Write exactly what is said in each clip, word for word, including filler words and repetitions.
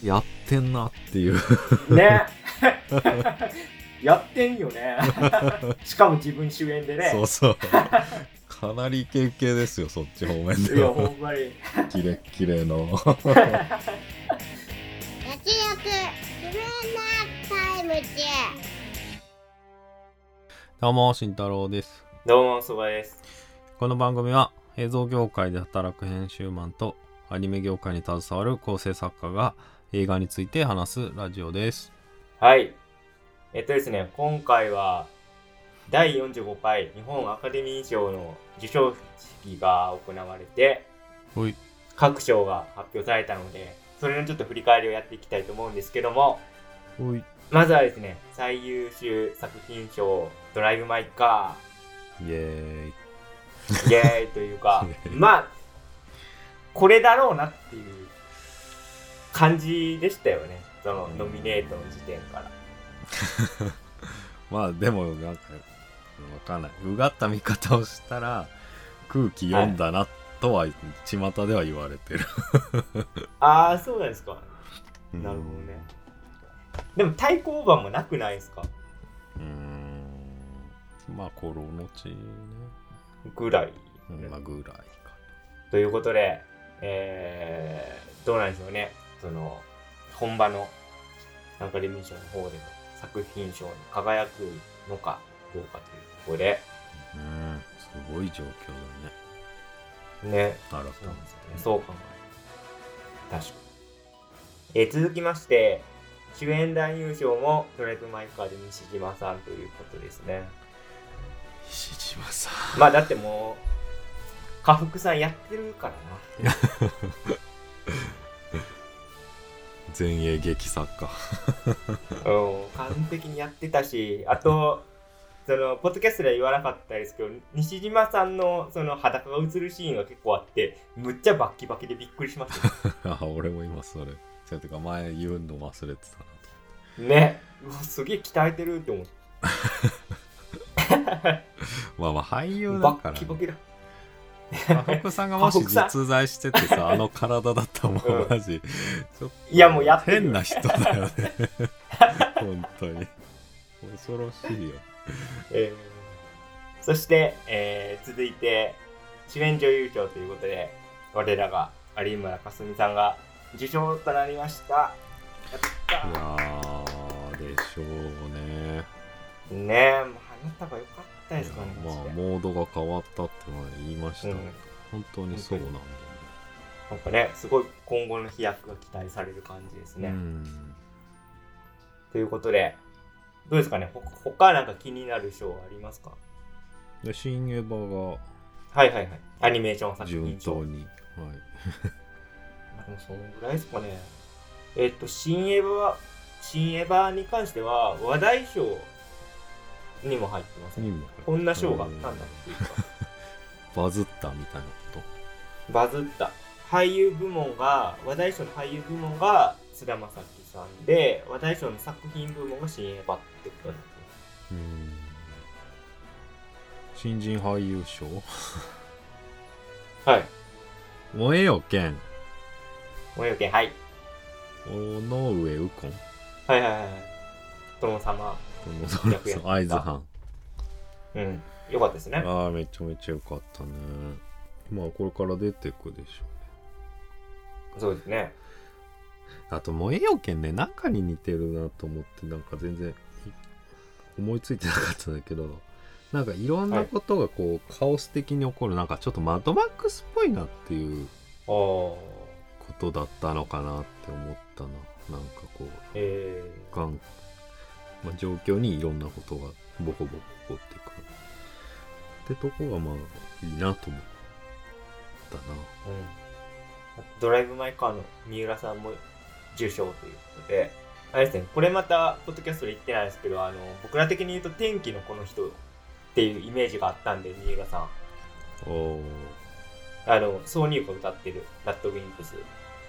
やってんなっていうねやってんよねしかも自分主演でね。 そうそうかなりイケイケですよ、そっち方面では。 いやほんまにキレッキレのやちやく自分のタイムチェどうも慎太郎です。 どうもそばです。 この番組は映像業界で働く編集マンとアニメ業界に携わる構成作家が映画について話すラジオです。 はい、えっとですね今回はだいよんじゅうごかい日本アカデミー賞の授賞式が行われて、 ほい各賞が発表されたので、それのちょっと振り返りをやっていきたいと思うんですけども、 ほいまずはですね、最優秀作品賞ドライブ・マイ・カイエーイエーイというかまあこれだろうなっていう感じでしたよね、そのノミネートの時点からーイまあでもなんかわかんない、うがった見方をしたら空気読んだなとは巷では言われてるああそうなんですか、 うん、 なるほどね。でも対抗馬もなくないですか。 うーんまあコロのちねぐらい、 うん、まあぐらいかということで、えー、どうなんでしょうね、その本場のアカデミー賞の方での作品賞に輝くのかどうかというところで、 うん、すごい状況だね。 ね、 改めてそうなんですよね、そう考える。確かに。えー、続きまして、主演男優賞もドライブ・マイ・カーで西島さんということですね。 西島さん。まあだってもう、家福さんやってるからな。 前衛劇作家うん、完璧にやってたし、あと、そのポッドキャストでは言わなかったですけど、西島さんのその裸が映るシーンが結構あって、むっちゃバッキバキでびっくりしましたあ俺も今それそれてか前言うの忘れてたなね。うわすげえ鍛えてるって思ってまあまあ俳優だバから、ね、 ッキバキだ。 家福さんがもし実在しててさあの体だったらもう、うん、マジちょっといやもうやってる変な人だよね本当に恐ろしいよ、 えー、そして、えー、続いて主演女優賞ということで我らが有村架純さんが受賞となりました。やったいやーでしょうね。 ねえ、あなたが良かったですかね。 まあモードが変わったってのは言いましたけど、うん、本当にそうなんだよね。 なんかね、すごい今後の飛躍が期待される感じですね。 うんということで、どうですかね、ほ他なんか気になる賞ありますか。 で新エヴァがはいはいはい、アニメーション作品賞。 順当に、はい。 でもそのぐらいですかね。えっと新エヴァは新エヴァに関しては話題賞にも入ってますね。こんな賞があったんだっていうかバズったみたいなこと。バズった俳優部門が話題賞の俳優部門が菅田将暉さんで、話題賞の作品部門が新エヴァってことになってます。 うーん新人俳優賞はい。 燃えよ剣燃えよ剣、はい。 尾上右近はいはいはい。殿様役やった会津藩。 うん、よかったですね。 ああめちゃめちゃよかったね。まあこれから出てくでしょうね。 そうですね。 あと燃えよ剣ね、中に似てるなと思ってなんか全然思いついてなかったんだけど、なんかいろんなことがこう、はい、カオス的に起こる、なんかちょっとマッドマックスっぽいなっていうことだったのかなって思ったな。なんかこう、 えーがんまあ、状況にいろんなことがボコボコ起こってくるってとこがまあいいなと思ったな、 うん、ドライブ・マイ・カーの三浦さんも受賞ということで、あれですね、これまたポッドキャストで言ってないですけど、あの僕ら的に言うと天気のこの人っていうイメージがあったんで、三浦さんおあの挿入歌歌ってるラッドウィンプス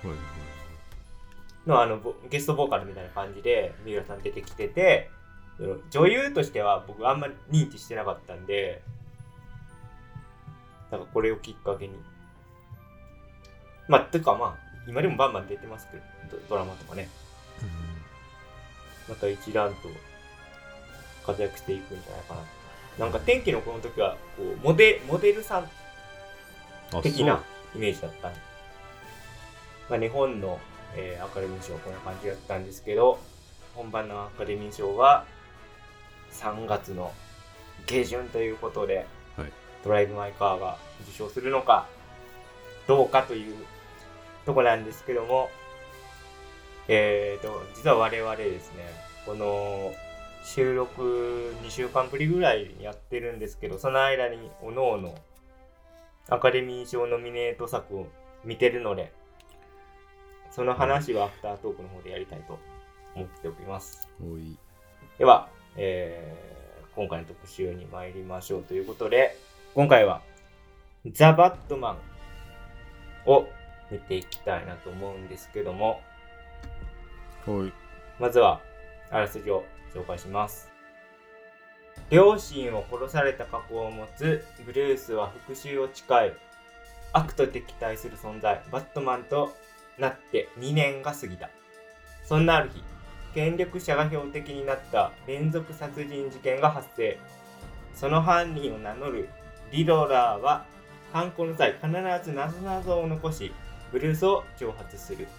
の、あのゲストボーカルみたいな感じで三浦さん出てきてて、女優としては僕あんまり認知してなかったんで、なんかこれをきっかけにまあてかまあ今でもバンバン出てますけど、ド, ドラマとかね、うん、また一段と活躍していくんじゃないかな。なんか天気の子の時はこうモデモデルさん的なイメージだったんで、まあ、日本の、えー、アカデミー賞はこんな感じだったんですけど、本番のアカデミー賞はさんがつの下旬ということで、はい、ドライブ・マイ・カーが受賞するのかどうかというとこなんですけども、えーと実は我々ですね、この収録にしゅうかんぶりぐらいにやってるんですけど、その間におのおのアカデミー賞ノミネート作を見てるので、その話はアフタートークの方でやりたいと思っております。 おい。 では、えー、今回の特集に参りましょうということで、今回はザ・バットマンを見ていきたいなと思うんですけども、 おい。 まずはあらすじを紹介します。両親を殺された過去を持つブルースは復讐を誓い、悪と敵対する存在バットマンとなってにねんが過ぎた。そんなある日、権力者が標的になった連続殺人事件が発生。その犯人を名乗るリドラーは犯行の際必ず謎々を残し、ブルースを挑発する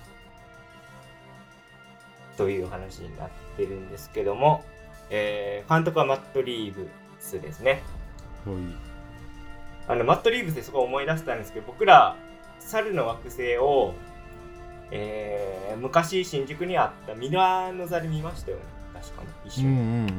という話になってるんですけども、えー、監督はマット・リーブスですね。 はい、 あのマット・リーブスですごい思い出したんですけど、僕ら猿の惑星を、えー、昔新宿にあったミラーの座で見ましたよね、確かに一緒に。うんうんうんうんうん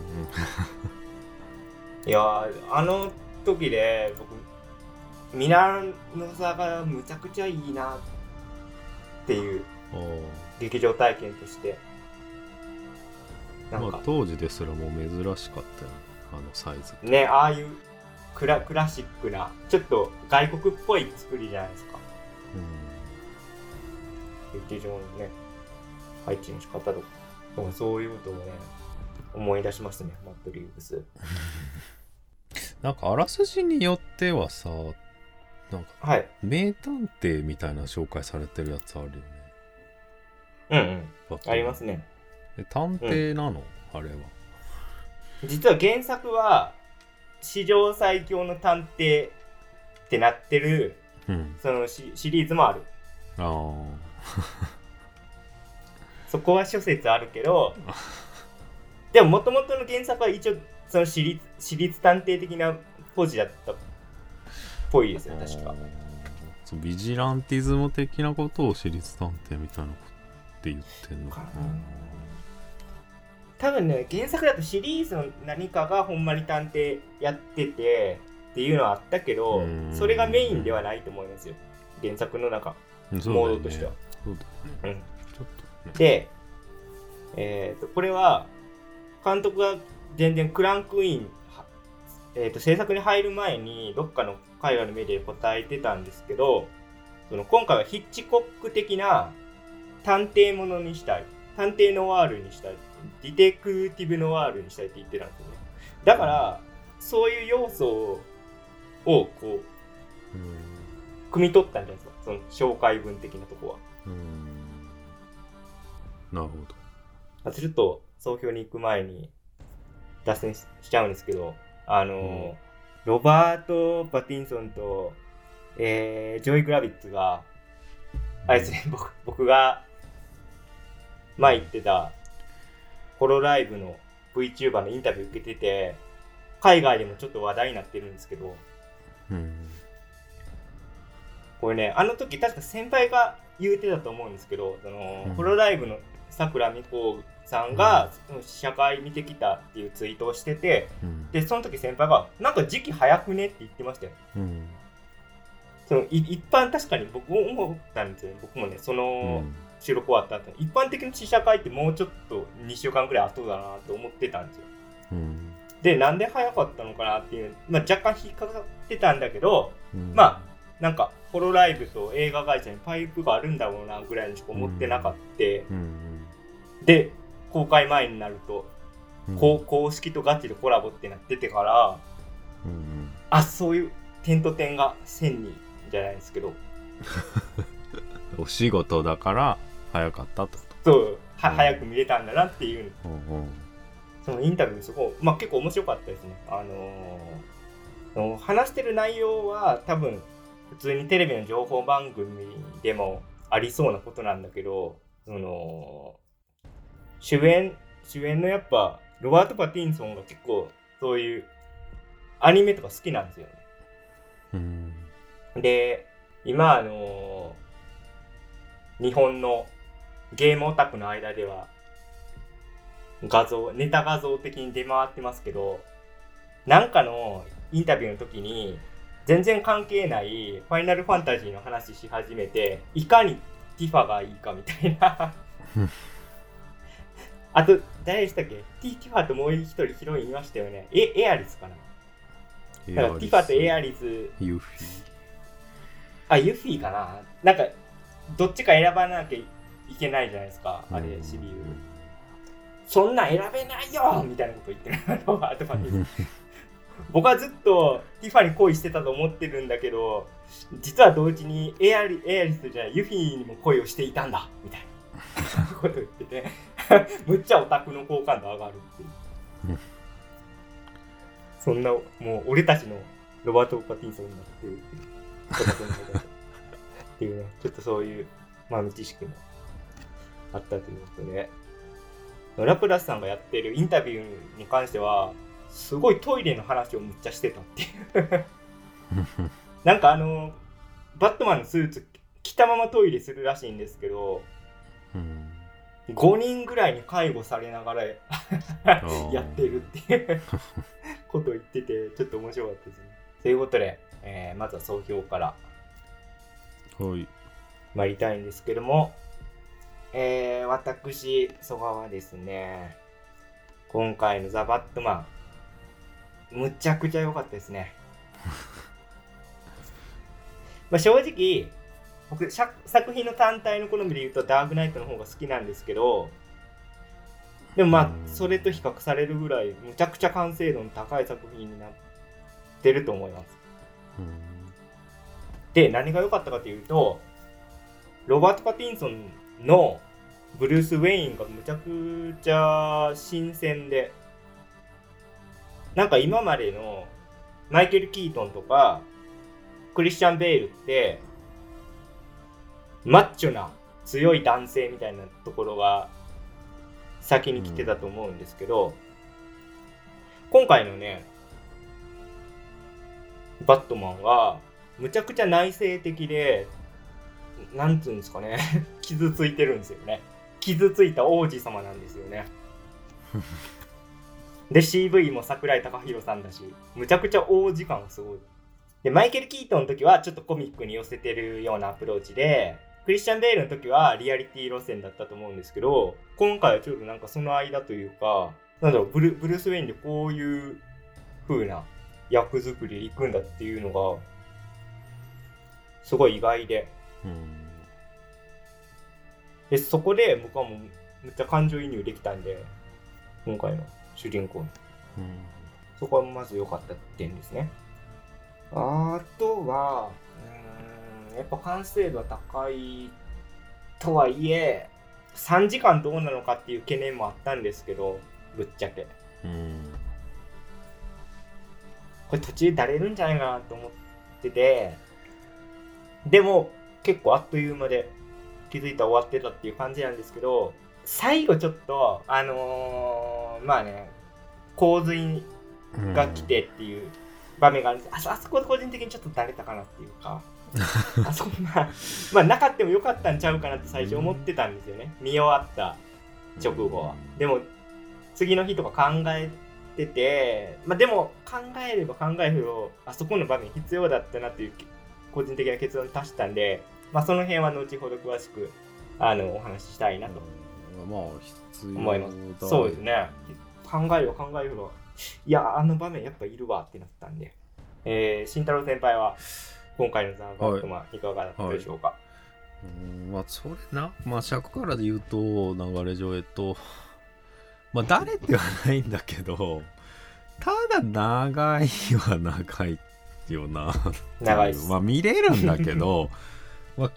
いやあの時で僕ミラーの座がむちゃくちゃいいなっていう劇場体験として、 なんか、まあ、当時ですらもう珍しかったよね、あのサイズね。ああいうク ラ, クラシックなちょっと外国っぽい作りじゃないですか。うん、劇場のね配置の仕方とか、そういうことをね思い出しましたね、マット・リーブス。 なんかあらすじによってはさ、なんか、はい、名探偵みたいな紹介されてるやつあるよね。 うんうんありますね。 探偵なの、うん、あれは。 実は原作は史上最強の探偵ってなってる、うん、その シ, シリーズもある。あそこは諸説あるけどでも元々の原作は一応その私立、私立探偵的なポジだったっぽいですよ、確か。 そうビジランティズム的なことを私立探偵みたいなって言ってんのかな。 多分ね、原作だとシリーズの何かがほんまに探偵やっててっていうのはあったけど、それがメインではないと思いますよ、原作の中、モードとしては。そうだね。うん。ちょっとね、で、えーと、これは監督が全然クランクイン、えーと、制作に入る前にどっかの海外のメディアで答えてたんですけど、その今回はヒッチコック的な探偵ものにしたい、探偵ノワールにしたい、ディテクティブノワールにしたいって言ってたんですよね。だからそういう要素をこう、うん、汲み取ったんじゃないですか、その紹介文的なとこは。うーん、 なるほど。 あとちょっと総評に行く前に脱線しちゃうんですけど、あの、うん、ロバート・パティンソンと、えー、ジョイ・グラビッツが、あれですね、僕、僕が前言ってたホロライブの VTuber のインタビュー受けてて、海外でもちょっと話題になってるんですけど、うん、これね、あの時確か先輩が言うてたと思うんですけど、その、うん、ホロライブの桜美子さんが、うん、試写会見てきたっていうツイートをしてて、うん、でその時先輩がなんか時期早くねって言ってましたよ、うん、その一般確かに僕も思ったんですよね。僕もね、その収録終わった後に一般的な試写会ってもうちょっとにしゅうかんくらい後だなと思ってたんですよ、うん、でなんで早かったのかなっていう、まあ、若干引っかかってたんだけど、うん、まあなんかホロライブと映画会社にパイプがあるんだろうなぐらいにしか思ってなかった、うんうん、で公開前になると、うん、公式とガチでコラボってなっててから、うん、あ、そういう点と点が線にじゃないですけどお仕事だから早かったってこそうは、 うん、 早く見れたんだなっていう、 うんうん、 そのインタビューすごい、まあ、結構面白かったですね。あのー、話してる内容は多分普通にテレビの情報番組でもありそうなことなんだけど、その主演主演のやっぱロバート・パティンソンが結構そういうアニメとか好きなんですよね。 うん、 で今あのー、日本のゲームオタクの間では画像ネタ画像的に出回ってますけど、なんかのインタビューの時に全然関係ないファイナルファンタジーの話し始めて、いかにティファがいいかみたいなあと誰でしたっけ、ティティファともう一人ヒロインいましたよね。えエアリスかな。だからティファとエアリス、 ユフィあユフィかな、なんかどっちか選ばなきゃいけないじゃないですか、あれシリーズ。そんなん選べないよみたいなこと言ってるロバート・パティンソン僕はずっとティファに恋してたと思ってるんだけど、実は同時にエアリ、エアリスじゃないユフィにも恋をしていたんだみたいなこと言っててむっちゃオタクの好感度上がるっていうそんなもう俺たちのロバート・パティンソンになってるっていうオタクの間っていうね、ちょっとそういう豆知識もあったということで、ラプラスさんがやってるインタビューに関してはすごいトイレの話をむっちゃしてたっていうなんかあのバットマンのスーツ着たままトイレするらしいんですけど、うん、ごにんぐらいに介護されながらやってるっていうことを言ってて、ちょっと面白かったですね。ということで、えー、まずは総評から参りたいんですけども、えー、私曽我はですね、今回のザ・バットマンむちゃくちゃ良かったですねまあ正直僕作品の単体の好みで言うとダークナイトの方が好きなんですけど、でもまあそれと比較されるぐらいむちゃくちゃ完成度の高い作品になってると思います。で何が良かったかというと、ロバート・パティンソンのブルース・ウェインがむちゃくちゃ新鮮で、なんか今までのマイケル・キートンとかクリスチャン・ベールってマッチョな強い男性みたいなところが先に来てたと思うんですけど、うん、今回のねバットマンはむちゃくちゃ内省的で、なんつうんですかね傷ついてるんですよね。傷ついた王子様なんですよねで シーブイ も桜井貴宏さんだし、むちゃくちゃ王子感がすごい。でマイケル・キートンの時はちょっとコミックに寄せてるようなアプローチで、クリスチャン・ベールの時はリアリティ路線だったと思うんですけど、今回はちょっとなんかその間というか、なんだろう、ブル、ブルース・ウェインでこういう風な役作りでいくんだっていうのがすごい意外で、うん、でそこで僕はもうめっちゃ感情移入できたんで、今回の主人公の、うん、そこはまず良かった点ですね。あとはうーんやっぱ完成度は高いとはいえさんじかんどうなのかっていう懸念もあったんですけど、ぶっちゃけ、うん、これ途中でだれるんじゃないかなと思ってて、でも結構あっという間で気づいたら終わってたっていう感じなんですけど、最後ちょっとあのー、まあね洪水が来てっていう場面があるんです。あ, あそこ個人的にちょっとだれたかなっていうかあそこままあなかったもよかったんちゃうかなって最初思ってたんですよね、見終わった直後は。でも次の日とか考えてて、まあでも考えれば考えるほどあそこの場面必要だったなっていう個人的な結論に達したんで、まあその辺は後ほど詳しくあのお話ししたいなと思います。そうですね、考えれば考えるほどいやあの場面やっぱいるわってなったんで、えー、慎太郎先輩は今回のザ・バットマンいかがだったでしょうか。はい、 うん、まあそれな、まあ尺からで言うと流れ上えっとまあ誰ではないんだけど、ただ長いは長いよな長いです。 まあ見れるんだけどまあ結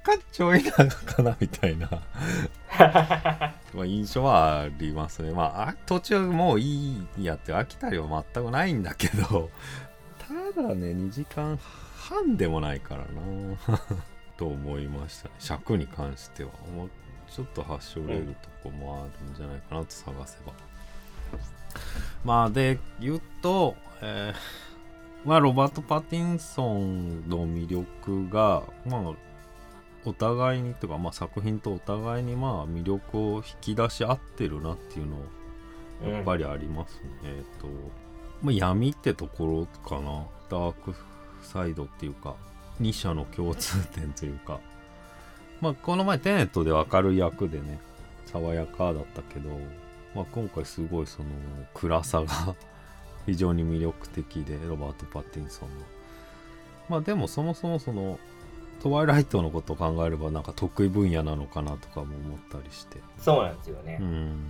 干ちょい長かなみたいなまあ印象はありますね。まあ途中もういいやって飽きたりは全くないんだけど、ただねにじかんはんでもないからなと思いましたね。尺に関してはもうちょっと端折れるとこもあるんじゃないかなと探せば、まあで言うと、えー、まあロバート・パティンソンの魅力がまあお互いにとか、まあ、作品とお互いにまあ魅力を引き出し合ってるなっていうのやっぱりありますね。うん、えっ、ー、と、まあ、闇ってところかな。ダークサイドっていうかに社の共通点というか、まあこの前テネットで明るい役でね爽やかだったけど、まあ、今回すごいその暗さが非常に魅力的でロバート・パティンソンの、まあでもそもそもそのトワイライトのことを考えればなんか得意分野なのかなとかも思ったりして。 そうなんですよね。 うん。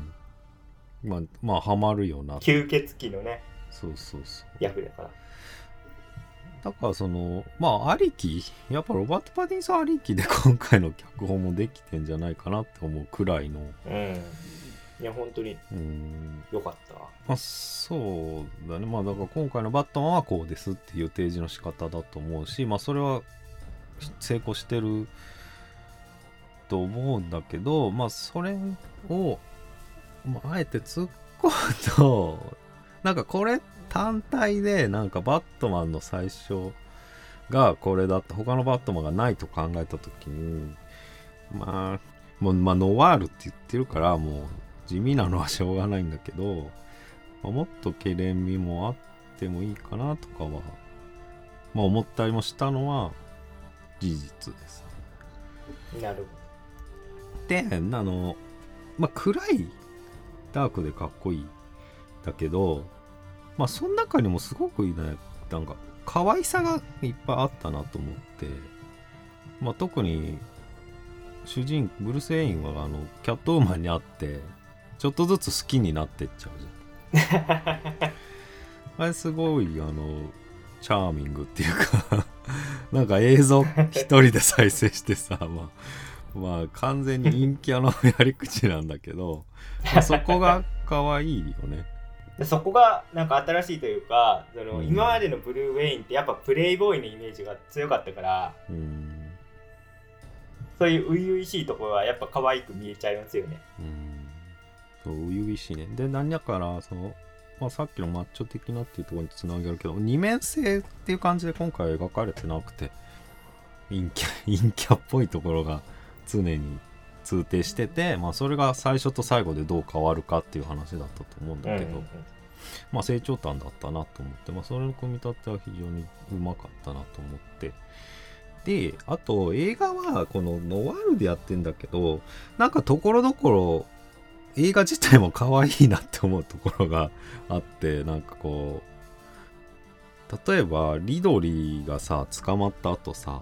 まあまあハマるよな。 吸血鬼のね。 そうそうそう。 役だから。 だからそのまあありきやっぱロバート・パティンソンありきで今回の脚本もできてんじゃないかなって思うくらいの。 うん。いや本当に良かった。 まあそうだね。まあだから今回のバットマンはこうですっていう提示の仕方だと思うし、まあそれは成功してると思うんだけど、まあそれを、まあ、あえて突っ込むとなんかこれ単体でなんかバットマンの最初がこれだった他のバットマンがないと考えた時にまあもう、まあ、ノワールって言ってるからもう地味なのはしょうがないんだけど、まあ、もっとけれん味もあってもいいかなとかは、まあ、思ったりもしたのは事実です。 なるほど。 で、あの、まあ、暗いダークでかっこいいだけど、まあその中にもすごくいいね、なんか可愛さがいっぱいあったなと思って、まあ特に主人ブルース・ウェインはあのキャットウーマンに会ってちょっとずつ好きになってっちゃうじゃん。あれすごいあのチャーミングっていうかなんか映像一人で再生してさ、まあ、まあ完全に陰キャのやり口なんだけど、まあ、そこが可愛いよね。 そこがなんか新しいというか、その、うん、今までのブルーウェインってやっぱプレイボーイのイメージが強かったから、うん、そういう初々しいところはやっぱ可愛く見えちゃいますよね。 うん、そう初々しいね。で何やからその、まあ、さっきのマッチョ的なっていうところにつなげるけど二面性っていう感じで今回描かれてなくて陰キャ、陰キャっぽいところが常に通底してて、まあ、それが最初と最後でどう変わるかっていう話だったと思うんだけど、うんうんうん、まあ成長譚だったなと思って、まあ、それの組み立ては非常にうまかったなと思って、であと映画はこのノワールでやってんだけどなんかところどころ映画自体も可愛いなって思うところがあって、なんかこう例えばリドリーがさ捕まった後さ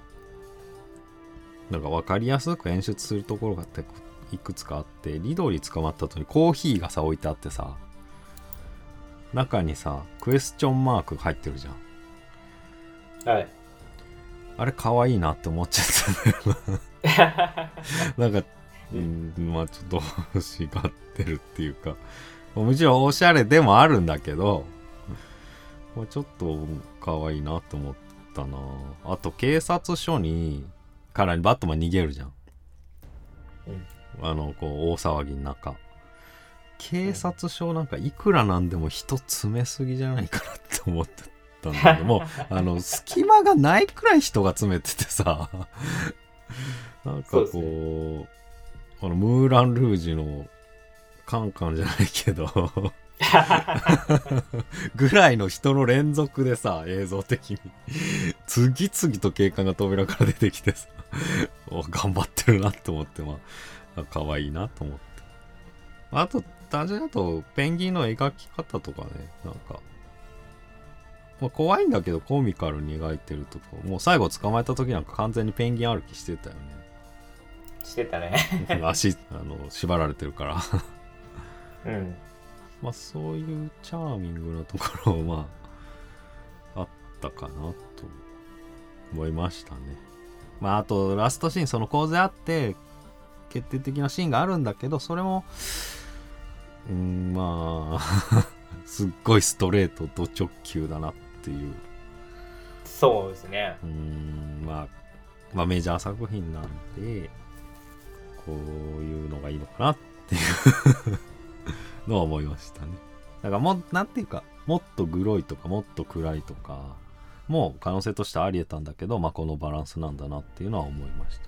なんか分かりやすく演出するところがいくつかあって、リドリー捕まった後にコーヒーがさ置いてあってさ中にさクエスチョンマーク入ってるじゃん。 はい。 あれ可愛いなって思っちゃったなんか、うん、まあちょっと欲しがってるっていうかもちろんおしゃれでもあるんだけどちょっと可愛いなって思ったな。あと警察署にからバットマン逃げるじゃん、うん、あのこう大騒ぎの中警察署なんかいくらなんでも人詰めすぎじゃないかなって思ってたんだけどもあの隙間がないくらい人が詰めててさなんかこう、ね、あのムーラン・ルージュのカンカンじゃないけどぐらいの人の連続でさ映像的に次々と警官が扉から出てきてさ頑張ってるなって思って、まあ可愛いなと思って、あと単純だとペンギンの描き方とかねなんか、まあ、怖いんだけどコミカルに描いてるとこ、もう最後捕まえた時なんか完全にペンギン歩きしてたよね。 してたね足あの縛られてるからうんまあそういうチャーミングなところもまああったかなと思いましたね。 まああとラストシーンその構図あって決定的なシーンがあるんだけど、それもうーんまあすっごいストレートと直球だなっていう。 そうですね。 うーん、まあ、まあメジャー作品なんでこういうのがいいのかなっていうのは思いましたね。だからもなんていうか、もっとグロいとかもっと暗いとかも可能性としてありえたんだけど、まあこのバランスなんだなっていうのは思いました。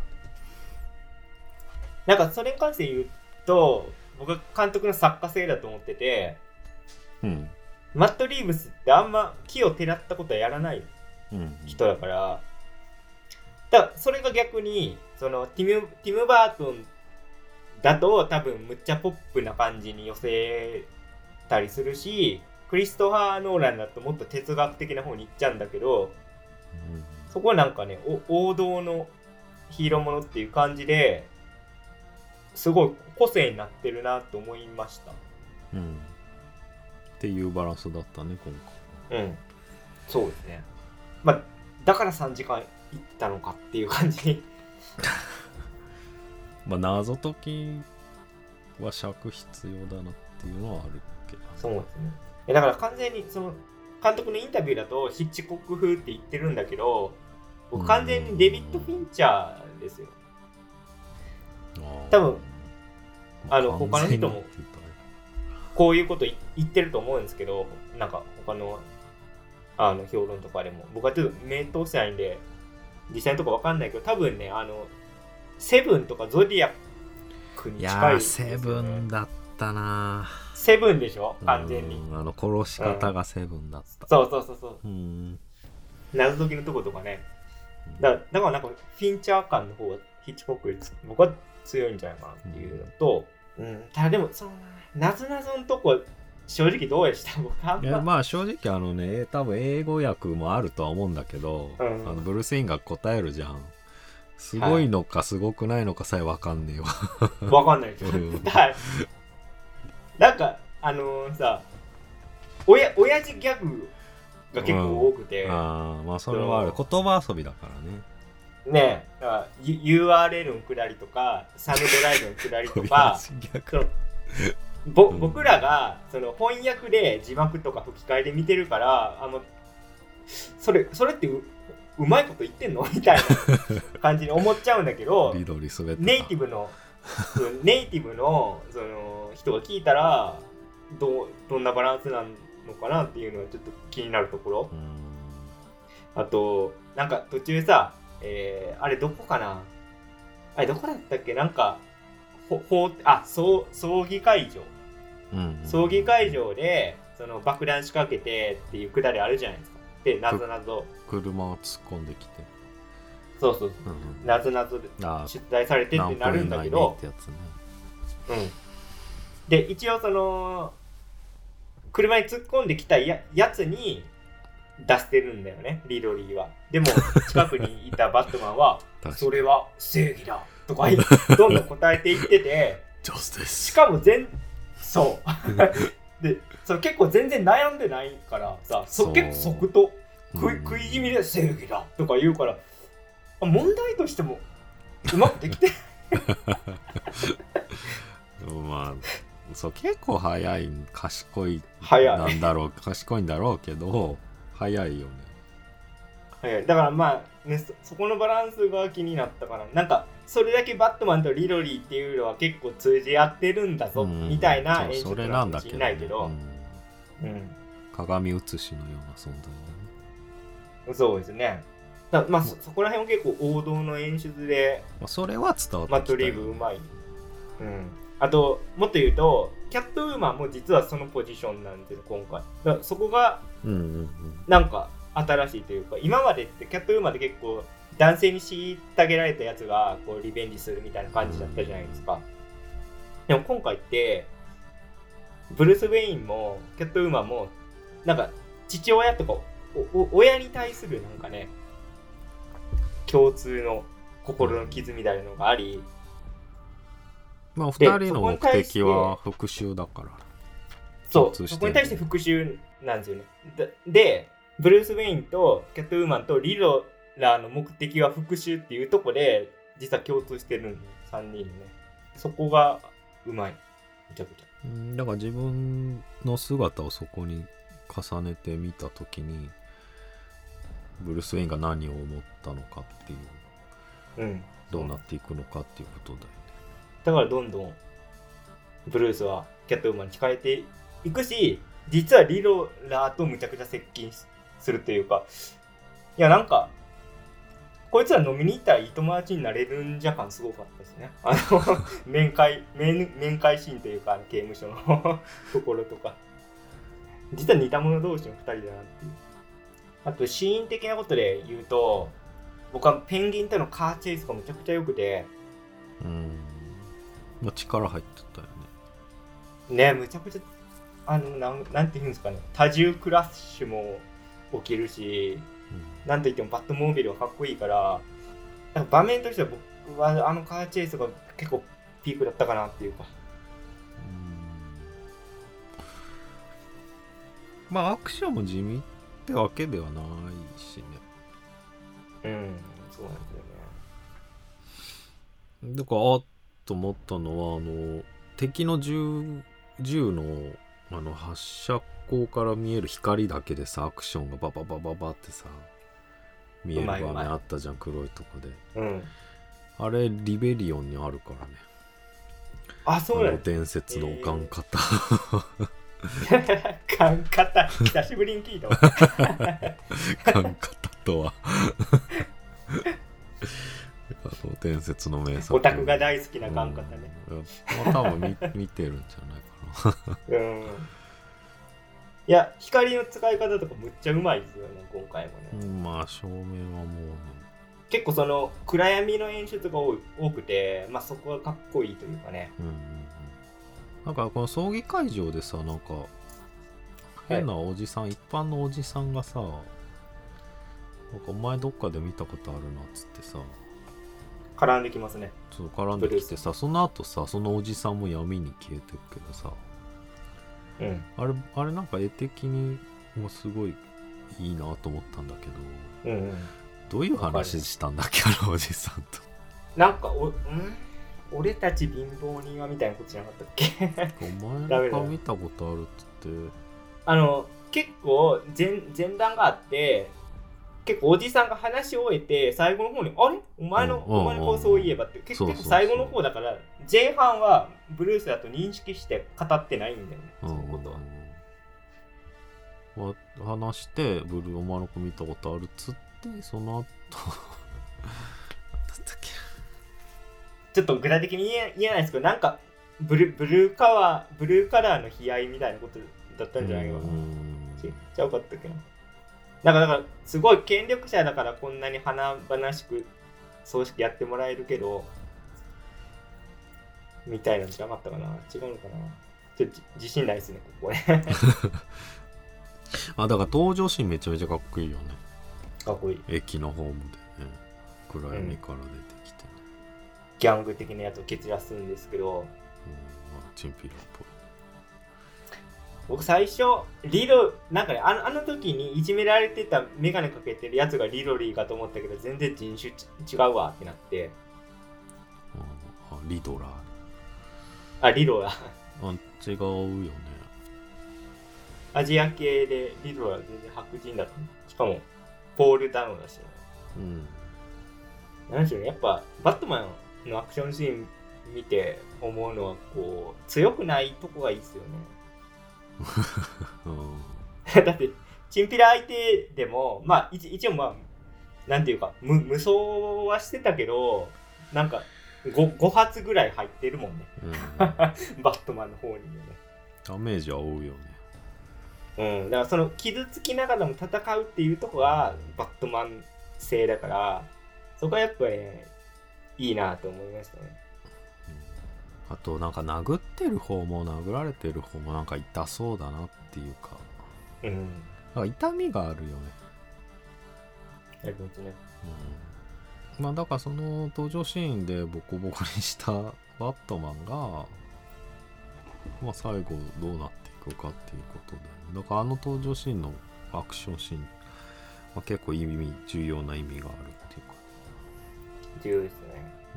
なんかそれに関して言うと、僕は監督の作家性だと思ってて、 うん、 マット・リーブスってあんま木をてらったことはやらない人だから、だからそれが逆にそのティム、ティム・バートンだと多分むっちゃポップな感じに寄せたりするし、クリストファー・ノーランだともっと哲学的な方に行っちゃうんだけど、うん、そこはなんかね、王道のヒーローものっていう感じですごい個性になってるなと思いました。 うん、っていうバランスだったね今回。うん、そうですね。まあだからさんじかんいったのかっていう感じ。 まあ謎解きは尺必要だなっていうのはあるけど。 そうですね。だから完全にその監督のインタビューだとヒッチコック風って言ってるんだけど、僕完全にデビッド・フィンチャーですよ。多分あの他の人もこういうこと言ってると思うんですけど、なんか他のあの評論とかでも、僕はちょっと目通してないんで実際のとこわかんないけど、多分ね、あのセブンとかゾディアックに近いですよね。 いやーセブンだったな。 セブンでしょ完全に。 あの殺し方がセブンだった、 うん、そうそうそうそう。 うん、 謎解きのとことかね。だから、だからなんかフィンチャー感の方がヒッチコックより僕は強いんじゃないかなっていうのと、うん、ただでもそのなぞなぞのとこ正直どうでした？僕あんま。 いやまあ正直あのね、多分英語訳もあるとは思うんだけど、うん、あのブルース・インが答えるじゃん。すごいのかすごくないのかさえ分かんねえわ。 分かんないですよ。はい。なんかあのー、さ、おや親父ギャグが結構多くて、 うん、あまあそれはある。言葉遊びだからね。 ねえ、だから ユーアールエル のくだりとかサムドライブのくだりとかぼ僕らがその翻訳で字幕とか吹き替えで見てるから、あのそれそれって う, うまいこと言ってんのみたいな感じに思っちゃうんだけどリドリー滑ってた。 ネイティブのネイティブのその人が聞いたらどうどんなバランスなのかなっていうのはちょっと気になるところ。あとなんか途中さ、えー、あれどこかな、あれどこだったっけ、なんかほほあ葬儀会場、うんうん、葬儀会場でその爆弾仕掛けてっていうくだりあるじゃないですか。でなぞなぞ車を突っ込んできて、 そうそうそう、うんうん、なぞなぞで出題されてってなるんだけど、ね、うん、で一応その車に突っ込んできた や, やつに出してるんだよね、リドリーは。でも近くにいたバットマンはそれは正義だとかどんどん答えていっててしかも全そうでそれ結構全然悩んでないからさ、そ結構即答食い、食い気味で正義だとか言うから、問題としてもうまくできてまあそう結構早い、賢い早なんだろう賢いんだろうけど早いよね。 早い。だからまあ、ね、そ, そこのバランスが気になったから、なんかそれだけバットマンとリドリーっていうのは結構通じ合ってるんだぞ、うん、みたいな演出なのかもしれないけど、 うんうん、鏡写しのような存在だね。そうですね。だまあ そ, そこら辺は結構王道の演出で、 まあ、それは伝わってきたよね。 マットリーブうまい。うん。あともっと言うとキャットウーマンも実はそのポジションなんですよ今回。だからそこがなんか新しいというか、今までってキャットウーマンって結構男性に虐げられたやつがこうリベンジするみたいな感じだったじゃないですか。でも今回ってブルース・ウェインもキャットウーマンもなんか父親とかおお親に対するなんかね共通の心の傷みたいなのがあり、 まあ、ふたりの目的は復讐だから。 そう、そこに対して復讐なんですよね。で、でブルース・ウェインとキャットウーマンとリドらの目的は復讐っていうところで実は共通してるんでさんにんのね、そこがうまい、めちゃくちゃ。 うん、だから自分の姿をそこに重ねてみたときにブルース・ウェインが何を思ったのかっていう、うん、どうなっていくのかっていうことだよね。 だからどんどんブルースはキャットウーマンに惹かれていくし、実はリロラーとむちゃくちゃ接近するというか、いやなんかこいつら飲みに行ったらいい友達になれるんじゃ感すごかったですね。あの面会 面, 面会シーンというか刑務所のところとか、実は似た者同士のふたりだなっていう。あとシーン的なことで言うと、僕はペンギンとのカーチェイスがめちゃくちゃ良くて、 うん、まあ、力入ってたよね。ね、めちゃくちゃあのなんなんていうんですかね、多重クラッシュも起きるし、うん、なんといってもバットモービルはかっこいいから、なんか場面としては僕はあのカーチェイスが結構ピークだったかなっていうか。 うん、まあアクションも地味ってわけではないしね。 うん、そうなんですよね。 だからあっと思ったのは、あの敵の銃銃のあの発射口から見える光だけでさ、アクションがバババババってさ見える場面あったじゃん、黒いとこで、 うん、 あれリベリオンにあるからね。 あ、そうなんだ。伝説のガン肩、 えー、ガン肩久しぶりに聞いたわガン肩とはあの伝説の名作、 オタクが大好きなガン肩ね。 うん、まあ、多分 見, 見てるんじゃないかなうん、 いや光の使い方とかむっちゃうまいですよね今回もね。 うん、まあ照明はもう、ね、 結構その暗闇の演出が多くて、まあそこがかっこいいというかね。 うんうんうん、なんかこの葬儀会場でさ、なんか変なおじさん、はい、一般のおじさんがさ、なんかお前どっかで見たことあるなっつってさ絡んできますね。 そう絡んできてさ、その後さそのおじさんも闇に消えてるけどさ、 うん、 あれあれなんか絵的にもすごいいいなと思ったんだけど、うんうん、 どういう話したんだっけ、あのおじさんと。 なんかお、ん俺たち貧乏人はみたいなことじゃなかったっけお前が見たことあるっつってあの結構 前, 前段があって、結構おじさんが話を終えて最後の方にあれお前の、うん、お前のこうそういえばって結構最後の方だから、前半はブルースだと認識して語ってないんだよね、うん、そのことは、まあ、話してブルーお前の子見たことあるっつって、その後だったっけ、 ちょっと具体的に言え、言えないですけど、なんかブル、ブルーカワーブルーカラーの悲哀みたいなことだったんじゃないかな。ちゃうかったっけな。だから、だからすごい権力者だからこんなに華々しく葬式やってもらえるけどみたいなんじゃなかったかな。違うのかな。ちょっと自信ないですねここねあ、だから登場シーンめちゃめちゃかっこいいよね。 かっこいい。 駅のホームでね、暗闇から出てきて、ね、うん、 ギャング的なやつを蹴散らすんですけど、うん、まあ、 チンピラっぽい。 僕最初リロなんかね、あの、あの時にいじめられてたメガネかけてるやつがリロリーかと思ったけど全然人種違うわってなって、 うん、あリドラー、 あリロラあ違うよね。 アジア系でリドラー全然白人だった。しかもポールダウンだしね。うん。なんでしょうね、やっぱバットマンのアクションシーン見て思うのはこう強くないとこがいいですよね。だってチンピラ相手でもまあ一, 一応まあなんていうか 無, 無双はしてたけどなんか 5, 5発ぐらい入ってるもんね、うん、バットマンの方にもねダメージは多いよね。 うん、だからその傷つきながらも戦うっていうとこがバットマン性だからそこはやっぱり、ね、いいなと思いましたね。 あとなんか殴ってる方も殴られてる方もなんか痛そうだなっていうか、うん、なんか痛みがあるよね。 ありますね。 うん、まあだからその登場シーンでボコボコにしたバットマンが、まあ最後どうなっていくかっていうことで、だからあの登場シーンのアクションシーンあ、結構意味重要な意味があるっていうか。 重要ですね。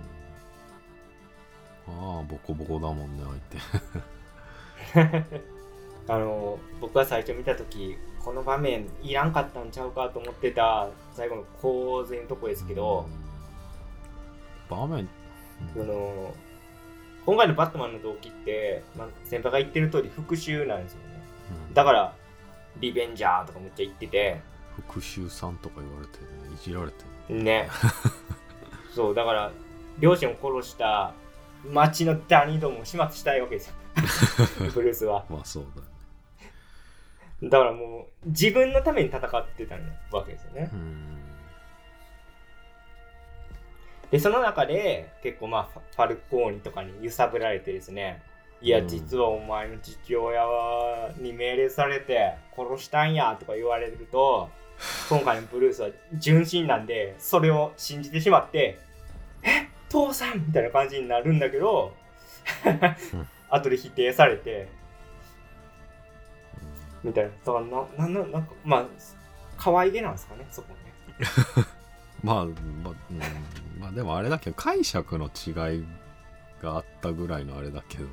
うん、ああボコボコだもんね相手。 あの僕が最初見た時この場面いらんかったんちゃうかと思ってた最後の洪水のとこですけど、 うん、場面、 うん、その今回のバットマンの動機って、まあ、先輩が言ってる通り復讐なんですよね、うん、だからリベンジャーとかめっちゃ言ってて復讐さんとか言われてねいじられてるねそうだから両親を殺した町のダニどもを始末したいわけですよブルースは。 まあそうだだからもう自分のために戦ってたわけですよね。うんでその中で結構まあファルコーニとかに揺さぶられてですね、いや実はお前の父親に命令されて殺したんやとか言われると今回のブルースは純真なんでそれを信じてしまってえ父さんみたいな感じになるんだけど後で否定されてみたいな。だからな、な、な、なんかまあ可愛げなんですかねそこねまあ、まあ、うん、まあでもあれだけど解釈の違いがあったぐらいのあれだけど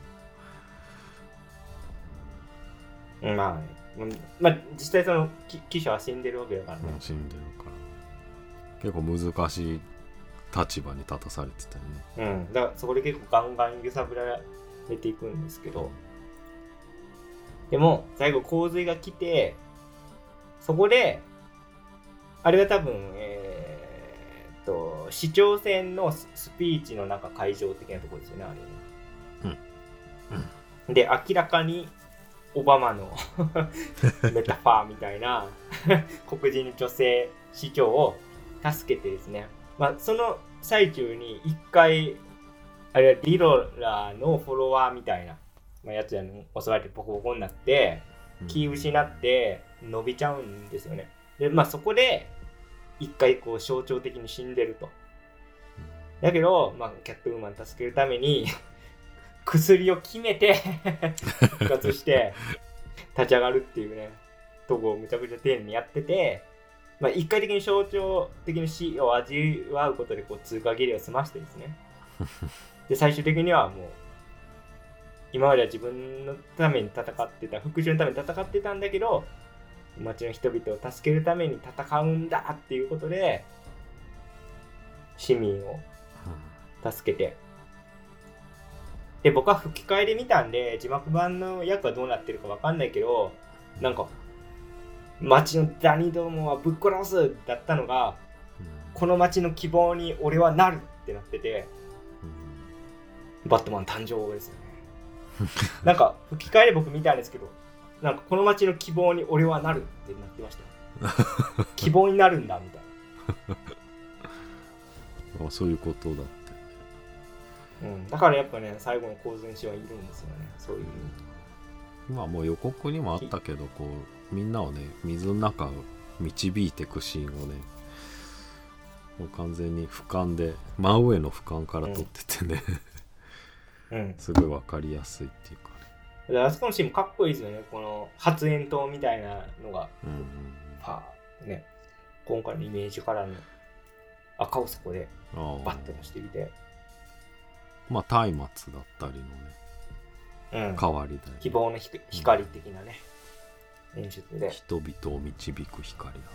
まあ、ね、まあ実際その記者は死んでるわけだからね、 うん、死んでるから結構難しい立場に立たされてたよね。うん、だからそこで結構ガンガン揺さぶられていくんですけど、でも最後洪水が来てそこであれは多分えー、っと市長選のスピーチのなんか会場的なところですよねあれね、うんうん、で明らかにオバマのメタファーみたいな黒人女性市長を助けてですね、まあ、その最中に一回あれはリロラのフォロワーみたいな、まあ、やつやの襲われてボコボコになって気失って伸びちゃうんですよね。でまあそこで一回こう象徴的に死んでると。だけど、まあ、キャットウーマン助けるために薬を決めて復活して立ち上がるっていうねとこをむちゃくちゃ丁寧にやってて、まあ、一回的に象徴的に死を味わうことでこう通過儀礼を済ましてですねで最終的にはもう今までは自分のために戦ってた復讐のために戦ってたんだけど町の人々を助けるために戦うんだっていうことで市民を助けて、で僕は吹き替えで見たんで字幕版の役はどうなってるか分かんないけどなんか町のダニどもはぶっ殺すだったのが、うん、この町の希望に俺はなるってなってて、うん、バットマン誕生ですよねなんか吹き替えで僕見たんですけどなんかこの町の希望に俺はなるってなってました希望になるんだみたいなあそういうことだって、 うん、だからやっぱね最後の洪水シーンはいるんですよねそういうまあもう予告にもあったけどこうみんなをね水の中を導いていくシーンをねもう完全に俯瞰で真上の俯瞰から撮っててね、うんうん、すごい分かりやすいっていうかねあそこのシーンもかっこいいですよねこの発煙筒みたいなのが、うんうん、パーね今回のイメージからの赤をそこでバッと出してみてまあ松明だったりのね、うん、代わりだよね希望のひ光的なね、うん、演出で人々を導く光なんでね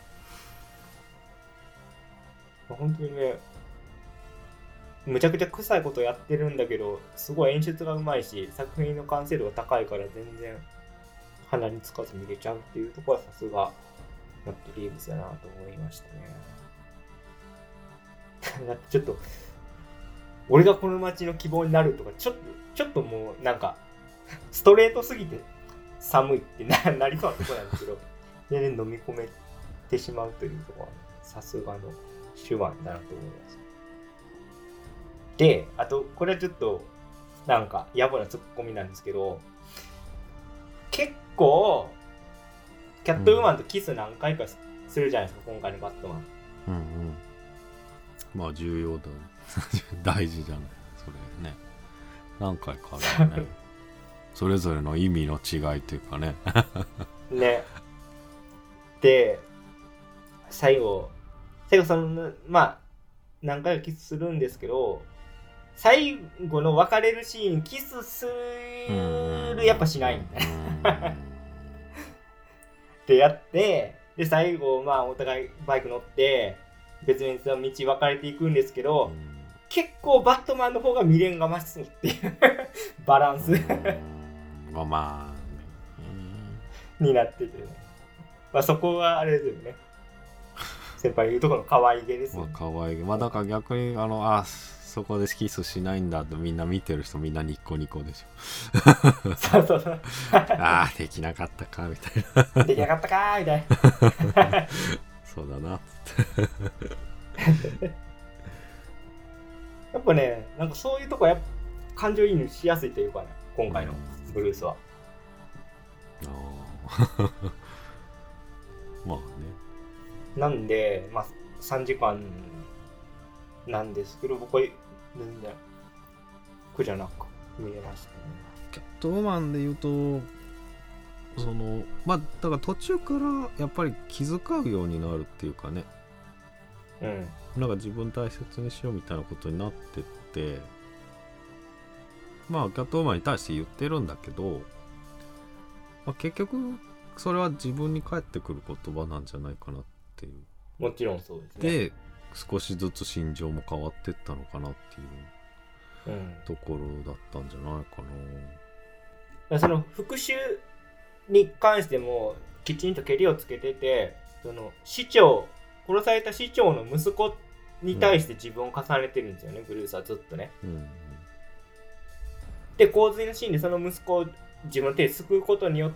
本当にねむちゃくちゃ臭いことやってるんだけどすごい演出がうまいし作品の完成度が高いから全然鼻につかず見れちゃうっていうところはさすがマット・リーブスだなと思いましたねちょっと俺がこの街の希望になるとかちょっとちょっともうなんかストレートすぎて寒いって な, なりそうなところなんですけど全然飲み込めてしまうというところはさすがの手腕だなと思います。で、あとこれはちょっとなんか野暮なツッコミなんですけど結構キャットウーマンとキス何回かするじゃないですか、うん、今回のバットマン。 うんうん。まあ重要だ、ね、大事じゃないそれね。何回かあるよね。それぞれの意味の違いというかね。 ね。で、 最後最後そのまあ何回かキスするんですけど、最後の別れるシーンキスするやっぱしないみたいなってやって、で最後まあお互いバイク乗って別々の道分かれていくんですけど、結構バットマンの方が未練が増すっていうバランスまあまあになっててね、まあそこはあれですよね、先輩言うところの可愛げですよね。 まあ可愛げ、まあだから逆にあのあそこでキスしないんだってみんな見てる人みんなニッコニコでしょそうそうそうああできなかったかみたいなできなかったかーみたいなそうだなやっぱね、なんかそういうとこやっぱ感情移入しやすいというかね、今回のブルースは。 あまあね。 なんで、まあさんじかんなんですけど、僕は全然苦じゃなく見えましたね。 キャットウーマンで言うと、そのまあだから途中からやっぱり気遣うようになるっていうかね。 うん。 なんか自分大切にしようみたいなことになってって、まあキャットウーマンに対して言ってるんだけど、まあ、結局それは自分に返ってくる言葉なんじゃないかなっていう。 もちろんそうですね。 で少しずつ心情も変わってったのかなっていうところだったんじゃないかな。うん、その復讐に関してもきちんとケリをつけてて、その市長殺された市長の息子に対して自分を重ねてるんですよね、うん、ブルースはずっとね。うんうん、で洪水のシーンでその息子を自分の手で救うことによって、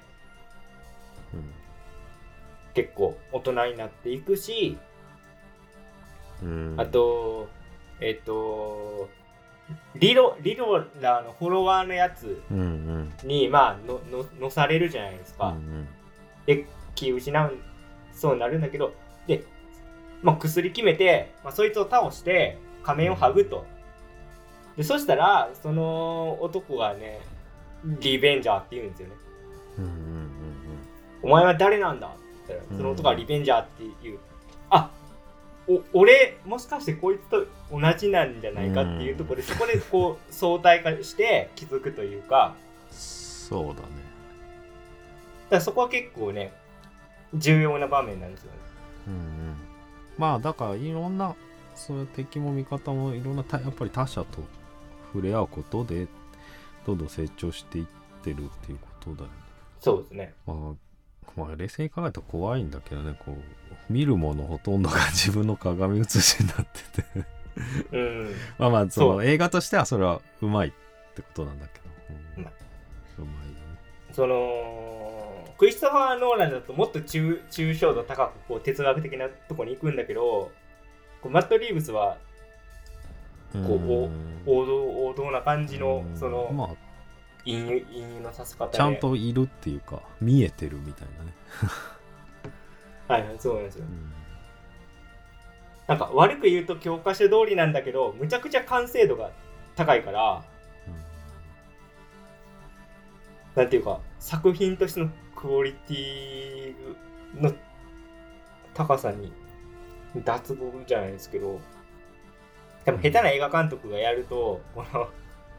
うん、結構大人になっていくし、うん、あとえっ、ー、とリロリロラのフォロワーのやつに、うんうん、まあのののされるじゃないですか。うんうん、で気を失うそうになるんだけど、で、まあ、薬決めて、まあ、そいつを倒して仮面を剥ぐと。でそしたらその男がねリベンジャーって言うんですよね。うんうんうんうん、お前は誰なんだって言ったらその男はリベンジャーって言う。うん、あお俺もしかしてこいつと同じなんじゃないかっていうところで、そこでこう相対化して気づくというか。 そうだね。だからそこは結構ね重要な場面なんですよね。 うんうん、まあだからいろんなそういう敵も味方もいろんなやっぱり他者と触れ合うことでどんどん成長していってるっていうことだよね。 そうですね。 まあまあ、冷静に考えたら怖いんだけどね、こう見るものほとんどが自分の鏡写しになっててうん、まあまあその映画としてはそれはうまいってことなんだけど、うん、うまい、うまいよね。 そのクリストファー・ノーランだともっと 抽, 抽象度高くこう哲学的なところに行くんだけど、こうマット・リーブスはこう、うん、王道王道な感じの、うん、その、まあ隠喩のさせ方でちゃんといるっていうか見えてるみたいなねはいはい、そうなんですよ、うん、なんか悪く言うと教科書通りなんだけどむちゃくちゃ完成度が高いから、うん、なんていうか作品としてのクオリティの高さに脱帽じゃないですけど、でも下手な映画監督がやるとこの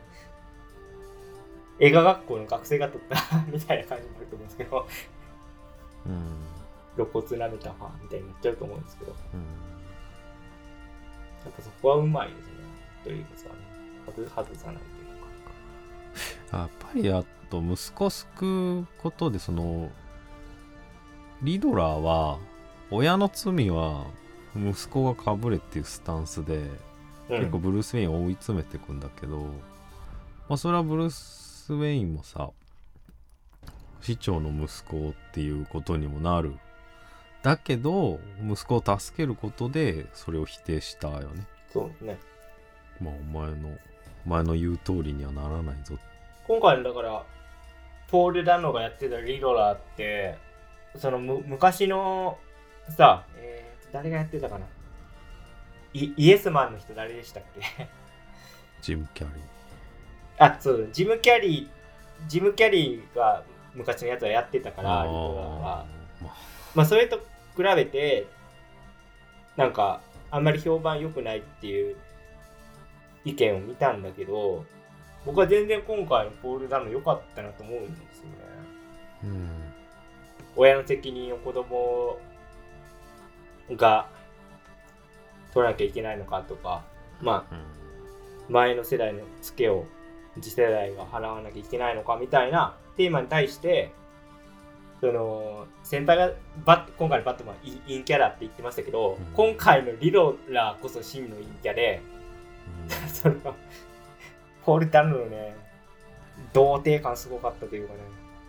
映画学校の学生が撮ったみたいな感じになると思うんですけど、うん、露骨なメタファーみたいになっちゃうと思うんですけど、うん、やっぱそこはうまいですね。というかさ、外さないというか。やっぱりあと息子を救うことでそのリドラーは親の罪は息子がかぶれっていうスタンスで、うん、結構ブルース・ウェインを追い詰めていくんだけど、まあそれはブルースウェインもさ市長の息子っていうことにもなる。だけど息子を助けることでそれを否定したよね。 そうですね。 まあお前のお前の言う通りにはならないぞ。 今回のだからポール・ダノがやってたリドラーってそのむ昔のさ、えー、誰がやってたかな、イ, イエスマンの人誰でしたっけジム・キャリー。 あ、そうジム・キャリージム・キャリーが昔のやつはやってたからリドラーは、まあ、まあそれと比比べてなんかあんまり評判良くないっていう意見を見たんだけど、僕は全然今回のポール・ダノ良かったなと思うんですよね。 うん、 親の責任を子供が取らなきゃいけないのかとか、まあ、うん、前の世代のツケを次世代が払わなきゃいけないのかみたいなテーマに対して、その先輩がバッ今回のバットマン陰キャラって言ってましたけど、うん、今回のリロラこそ真の陰キャで、うん、そのポール・ダノのね童貞感すごかったというかね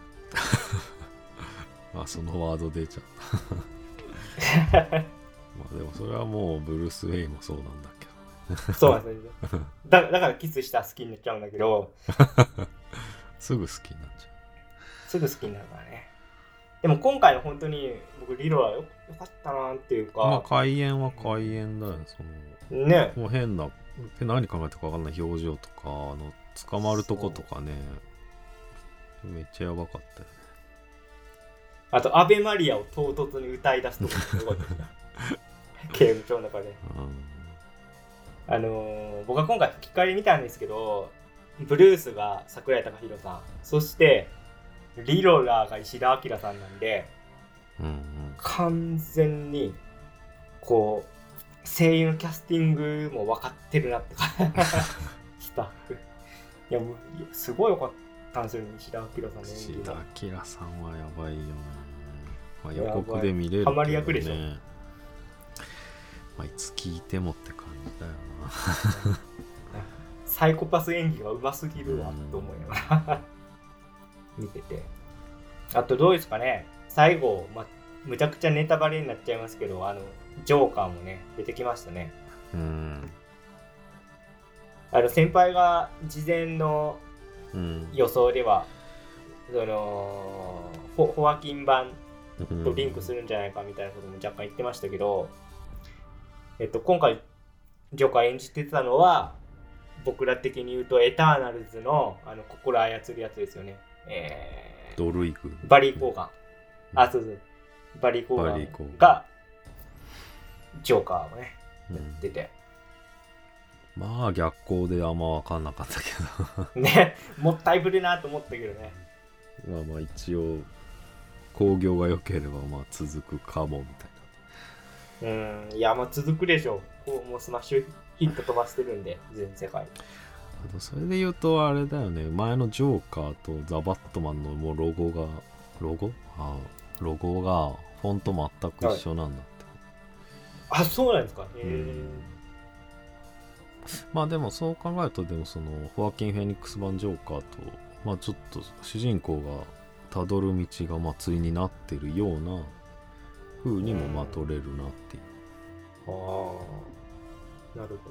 あ、そのワード出ちゃったまあでもそれはもうブルース・ウェイもそうなんだけどそうなんですねだ, だからキスしたら好きになっちゃうんだけどすぐ好きになっちゃうすぐ好きになるからね。でも今回の本当に僕リロは よ, よかったなっていうか、 まあ開演は開演だよね。そのね、 もう変な何考えたか分かんない表情とか、あの捕まるとことかね、めっちゃやばかったよね。 あとアベマリアを唐突に歌い出すとこすごい刑務所の中で、うん、あのー、僕は今回吹き替え見たんですけど、ブルースが櫻井貴宏さん、そしてリロラーが石田明さんなんで、うんうん、完全にこう声優のキャスティングも分かってるなってスタッフいやもうすごい良かったんですよね、石田明さんの演技。 石田明さんはやばいよね、まあ、予告で見れるけどね、 ハマり役でしょ、 まあ、いつ聞いてもって感じだよなサイコパス演技がうますぎるわと思いながら見てて、あとどうですかね、最後、ま、むちゃくちゃネタバレになっちゃいますけど、あのジョーカーもね出てきましたね。うん、あの先輩が事前の予想では、うん、そのホ, ホワキン版とリンクするんじゃないかみたいなことも若干言ってましたけど、えっと、今回ジョーカー演じてたのは僕ら的に言うとエターナルズ の, あの心操るやつですよね、えー、 ドルイグバリー・コーガン、うん、あ、そうそう、バリー・コーガンがジョーカーをね、うん、やってて、 まあ逆光であんま分かんなかったけどね、もったいぶるなと思ったけどね。 まあまあ一応興行が良ければまあ続くかもみたいな。うん、いやまあ続くでしょう。こうもうスマッシュヒット飛ばしてるんで全世界。 あとそれで言うとあれだよね、前のジョーカーとザ・バットマンのもうロゴがロゴあロゴがフォント全く一緒なんだって、 はい、あ、そうなんですか。へえ。 まあでもそう考えると、でもそのホワキン・フェニックス版ジョーカーとまあちょっと主人公がたどる道がまあ対になってるような風にもまあ取れるなっていう。 ああ、なるほどね。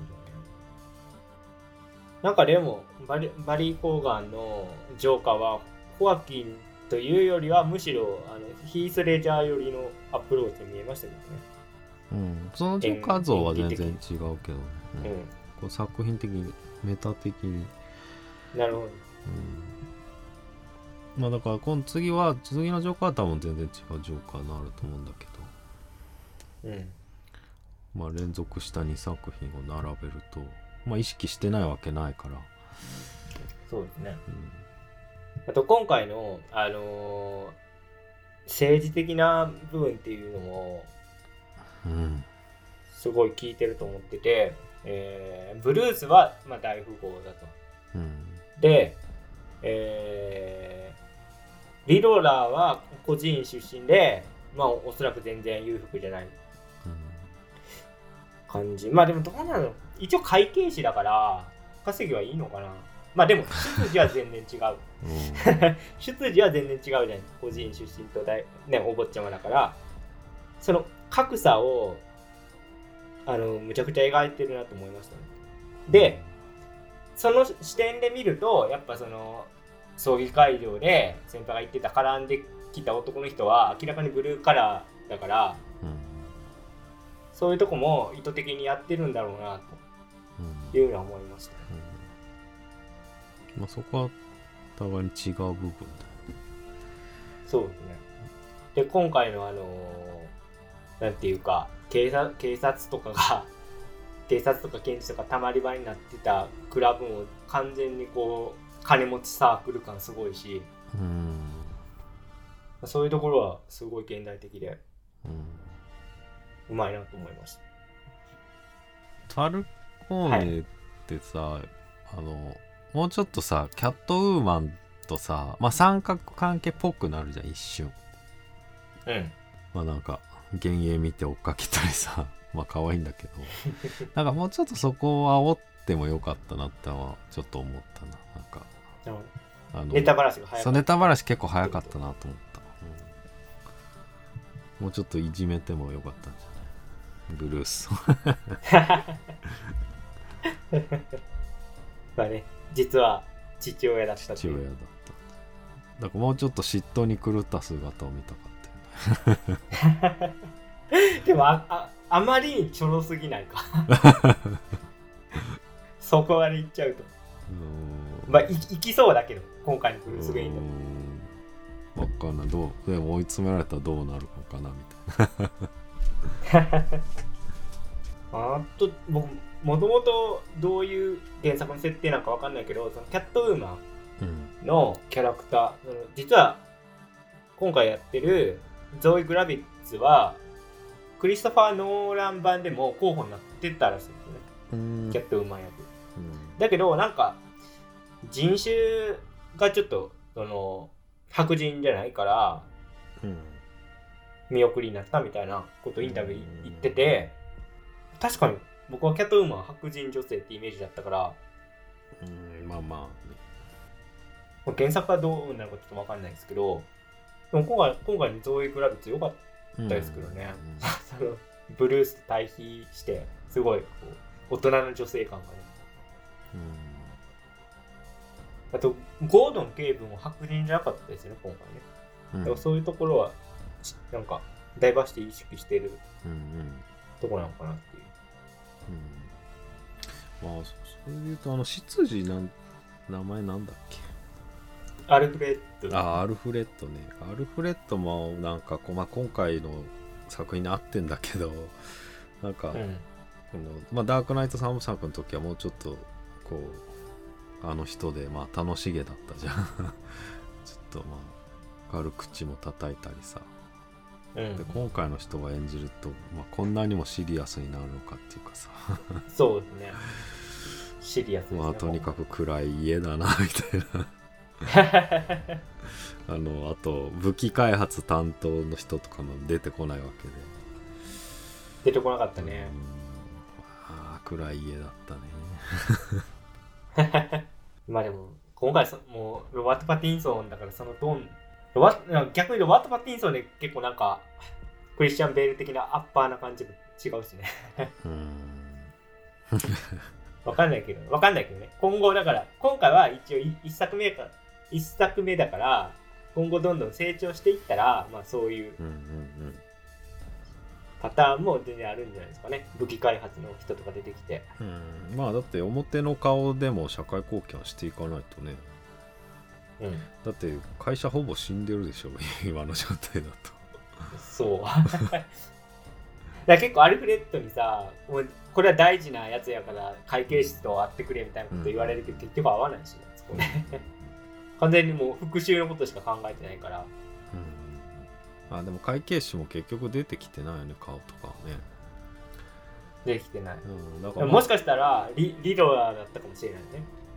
なんかでもバリ、バリー・コーガンのジョーカーはホワキンというよりはむしろあのヒース・レジャー寄りのアプローチに見えましたけどね。 うん、そのジョーカー像は全然違うけどね、うんうん、こう作品的にメタ的に。 なるほど。 うん、まあだから今次は次のジョーカーは多分全然違うジョーカーになると思うんだけど、うん、まあ連続したにさく品を並べるとまあ意識してないわけないから。 そうですね。うん、あと今回のあのー、政治的な部分っていうのもすごい効いてると思ってて、えー、ブルースはまあ大富豪だと。うん、で、えー、リロラーは孤児院出身で、まあおそらく全然裕福じゃない感じ。まあでもどうなの？一応会計士だから稼ぎはいいのかな。まあでも出自は全然違う。うん、出自は全然違うじゃん。孤児院出身と大、ね、お坊ちゃまだから、その格差をあのむちゃくちゃ描いてるなと思いましたね。で、その視点で見るとやっぱその葬儀会場で先輩が言ってた絡んできた男の人は明らかにブルーカラーだから、うん、そういうとこも意図的にやってるんだろうなというのは思いました、ね。 うん、まあ、そこは互いに違う部分だ。 そうですね。で今回のあのなんていうか警察、警察とかが警察とか検事とかたまり場になってたクラブも完全にこう金持ちサークル感すごいし、 うんそういうところはすごい現代的で、 うん、 うまいなと思いました。 ファルコーネってさ、はい、あのもうちょっとさキャットウーマンとさ、まあ、三角関係っぽくなるじゃん一瞬。 うんまあなんか幻影見て追っかけたりさまあ可愛いんだけどなんかもうちょっとそこを煽ってもよかったなってのはちょっと思ったな。なんか、 うん、 あのネタバラシが早かった。 そうネタバラシ結構早かったなと思った、うん、もうちょっといじめてもよかったんじゃないブルースまあね実は父親だった父親だった。だからもうちょっと嫉妬に狂った姿を見たかったでも あ, あ, あまりにちょろすぎないかそこまでいっちゃうとうまあい, いきそうだけど今回のブルース・ウェインだと分かんない。どうでも追い詰められたらどうなるのかなみたいなあと僕もともとどういう原作の設定なんか分かんないけどそのキャットウーマンのキャラクター、うん、実は今回やってるゾイ・グラビッツはクリストファー・ノーラン版でも候補になってたらしいんですよね、うん、キャットウーマン役、うん、だけどなんか人種がちょっとその白人じゃないから、うん、見送りになったみたいなことをインタビュー言ってて、うん、確かに僕はキャットウーマンは白人女性ってイメージだったから、 うん、まあまあ、ね、原作はどうなるかちょっと分かんないですけどでも今回、今回のゾーイ・グラビッツ良かったですけどね、うんうん、ブルースと対比してすごいこう大人の女性感がね、うん、あとゴードン警部も白人じゃなかったですよね今回ね、うん、だからそういうところはなんかダイバーシティ意識してるところなのかなっていう、 うんうん、まあそういうとあの執事なん名前なんだっけアルフレッド、ね、 あアルフレッドねアルフレッドもなんかこう、まあ、今回の作品に合ってんだけどなんか、うん、このまあ、ダークナイトサム作の時はもうちょっとこうあの人でまあ楽しげだったじゃんちょっとまあ軽口も叩いたりさ、うん、で今回の人が演じると、まあ、こんなにもシリアスになるのかっていうかさそうですねシリアスですね、 まあ、とにかく暗い家だなみたいなあのあと武器開発担当の人とかも出てこないわけで出てこなかったね。 ああ暗い家だったねまあでも今回もうロバート・パティンソンだからそのドンロバ逆にロバート・パティンソンで結構なんかクリスチャン・ベール的なアッパーな感じも違うしねうんわかんないけどわかんないけどね今後だから今回は一応一作目か一作目だから今後どんどん成長していったら、まあ、そういうパターンも全然あるんじゃないですかね。武器開発の人とか出てきて、 うん、まあだって表の顔でも社会貢献していかないとね、うん、だって会社ほぼ死んでるでしょ今の状態だとそうだから結構アルフレッドにさもうこれは大事なやつやから会計士と会ってくれみたいなこと言われるけど、うん、結局会わないしねそこね完全にもう復讐のことしか考えてないから、 うん、あでも会計士も結局出てきてないよね顔とかはね出てきてない、 うん、 だからもしかしたら リ, リドラーだったかもしれないね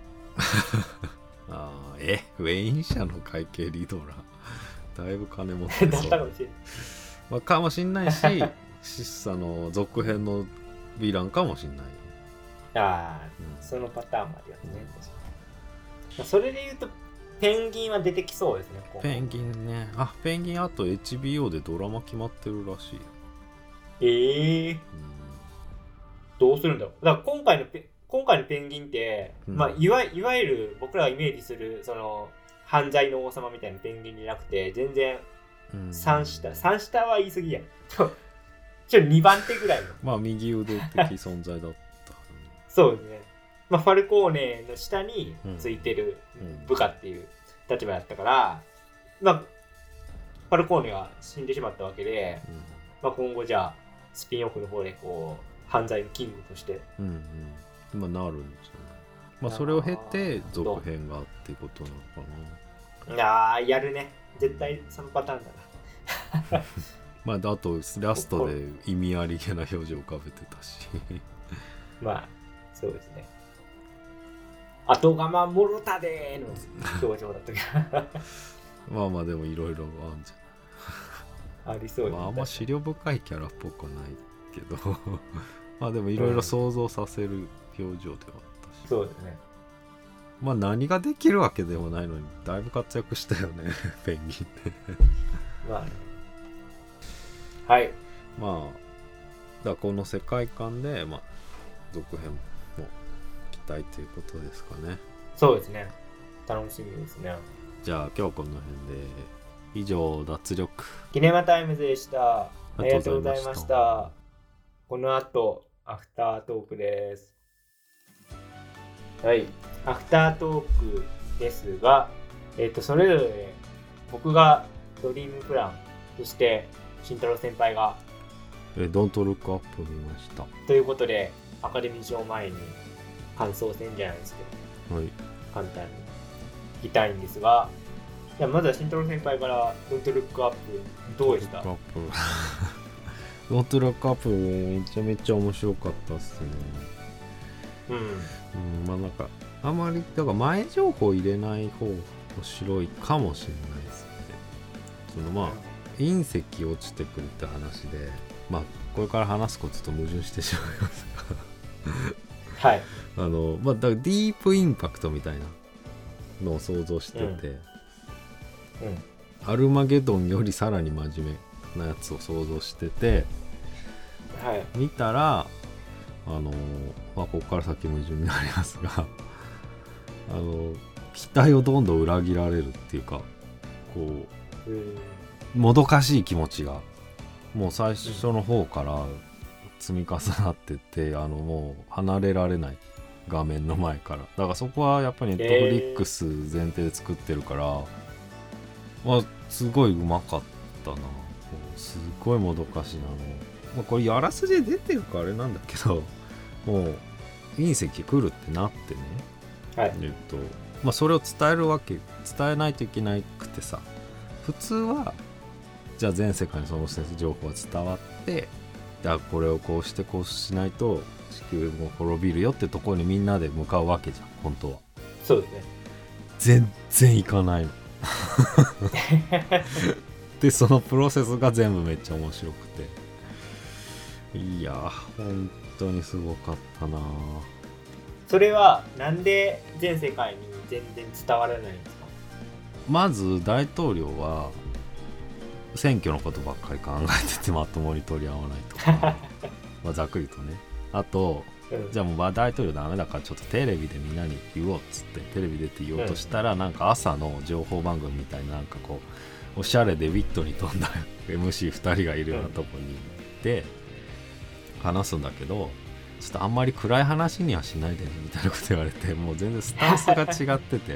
あえウェイン社の会計リドラーだいぶ金持ってそうだったかもしれない、 まあ、かもしんないしシッサの続編のヴィランかもしんないああ、うん、そのパターンもありますね、うん、それで言うとペンギンは出てきそうですね。 ペンギンね。あ、ペンギンあと エイチビーオー でドラマ決まってるらしいよ。 ええーうん、どうするんだろう。だから今回のペ今回のペンギンって、うん、まあいわいわゆる僕らがイメージするその犯罪の王様みたいなペンギンじゃなくて全然三下三下は言い過ぎやん。ちょっとにばん手ぐらいの。 まあ右腕的存在だった。 そうですね。まあ、ファルコーネの下についてる部下っていう立場だったから、うん、まあ、ファルコーネは死んでしまったわけで、 まあ、今後じゃあスピンオフの方でこう犯罪のキングとしてうんうんまあなるんじゃない。まあそれを経て続編がっていうことなのかな。あーやるね絶対そのパターンだなまああとラストで意味ありげな表情を浮かべてたしまあそうですね。後釜もろたでーの表情だったけどまあまあでもいろいろあるんじゃないありそうです、 まあ、あんま資料深いキャラっぽくはないけどまあでもいろいろ想像させる表情ではあったし、 そうですね。 まあ何ができるわけでもないのにだいぶ活躍したよねペンギンってまあねはいまあだからこの世界観でまあ続編も期待ということですかね。 そうですね楽しみですね。 じゃあ今日この辺で以上脱力キネマタイムズでした。あありがとうございました。この後アフタートークです。はい、アフタートークですが、えっとそれぞれ僕がドリームプラン、そして慎太郎先輩がえドントルックアップ見ました。 ということでアカデミー賞前に感想戦じゃないですけど、 はい、 簡単に聞きたいんですが、じゃあまずは慎太郎先輩からドントルックアップどうでした？ ドントルックアップドントルックアップめちゃめちゃ面白かったっすね。 うん、 うん、まあなんかあまりだから前情報入れない方面白いかもしれないですね。そのまあ隕石落ちてくるって話で、まあこれから話すことと矛盾してしまいますがはいあのまあだからディープインパクトみたいなのを想像してて、うんうん、アルマゲドンよりさらに真面目なやつを想像してて、 はい、 見たらあのまあここから先矛盾になりますがあの期待をどんどん裏切られるっていうかこうもどかしい気持ちがもう最初の方から積み重なってて、あのもう離れられない画面の前から。だからそこはやっぱりネットフリックス前提で作ってるから、まあすごいうまかったな。すごいもどかしいな。あの、まあ、これあらすじで出てるからあれなんだけど、もう隕石来るってなってね、 はい、 えっとまあそれを伝えるわけ伝えないといけなくてさ、普通はじゃあ全世界にその情報が伝わって、じゃあこれをこうしてこうしないと地球も滅びるよってところにみんなで向かうわけじゃん本当は。 そうですね。 全然行かないのでそのプロセスが全部めっちゃ面白くて、いや本当にすごかったな。 それはなんで全世界に全然伝わらないんですか？ まず大統領は選挙のことばっかり考えててまともに取り合わないとかまあざっくりとね。あと、うん、じゃあもう大統領ダメだからちょっとテレビでみんなに言おうっつってテレビ出て言おうとしたら、うん、なんか朝の情報番組みたいななんかこうおしゃれでウィットに富んだ エムシーふたりがいるようなとこに行って話すんだけど、ちょっとあんまり暗い話にはしないでみたいなこと言われて、もう全然スタンスが違ってて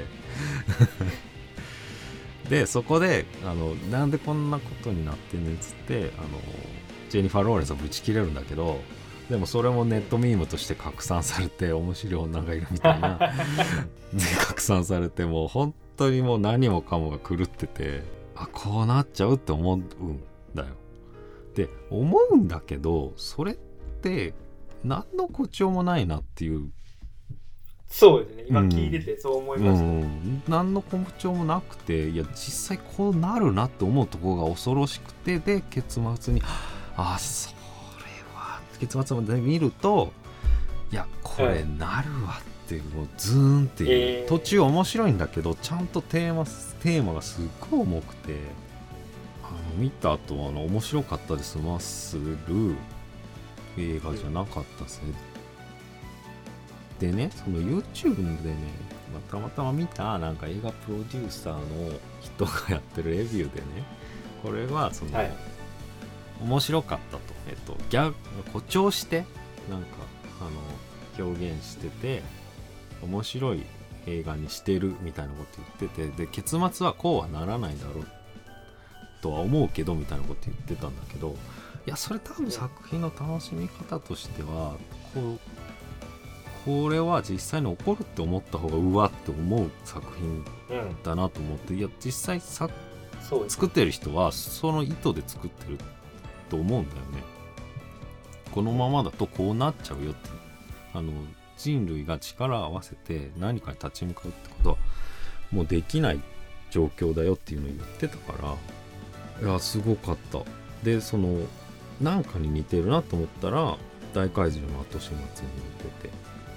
でそこであのなんでこんなことになってんねんっつってあのジェニファー・ローレンスをぶち切れるんだけど、でもそれもネットミームとして拡散されて面白い女がいるみたいなで拡散されて、もう本当にもう何もかもが狂ってて、あこうなっちゃうって思うんだよ。で思うんだけどそれって何の誇張もないなっていう。 そうですね、今聞いててそう思いました、 うんうん、何の誇張もなくて、いや実際こうなるなって思うところが恐ろしくて、で結末にあそれは結末まで見るといやこれなるわっていう、もうズーンっていう、えー、途中面白いんだけどちゃんとテーマテーマがすっごい重くて、あの見た後あの面白かったで済まする映画じゃなかったですね。でね、その YouTube でね、まあ、たまたま見たなんか映画プロデューサーの人がやってるレビューでね、これはその、はい、面白かったと、えっとギャ誇張してなんかあの表現してて面白い映画にしてるみたいなこと言ってて、で結末はこうはならないだろうとは思うけどみたいなこと言ってたんだけど、 いやそれ多分作品の楽しみ方としてはこうこれは実際に起こるって思った方がうわって思う作品だなと思って、いや実際さ作ってる人はその意図で作ってると思うんだよね。このままだとこうなっちゃうよって、あの人類が力を合わせて何かに立ち向かうってことはもうできない状況だよっていうのを言ってたから、いやすごかった。でそのなんかに似てるなと思ったら大怪獣の後始末に似てて、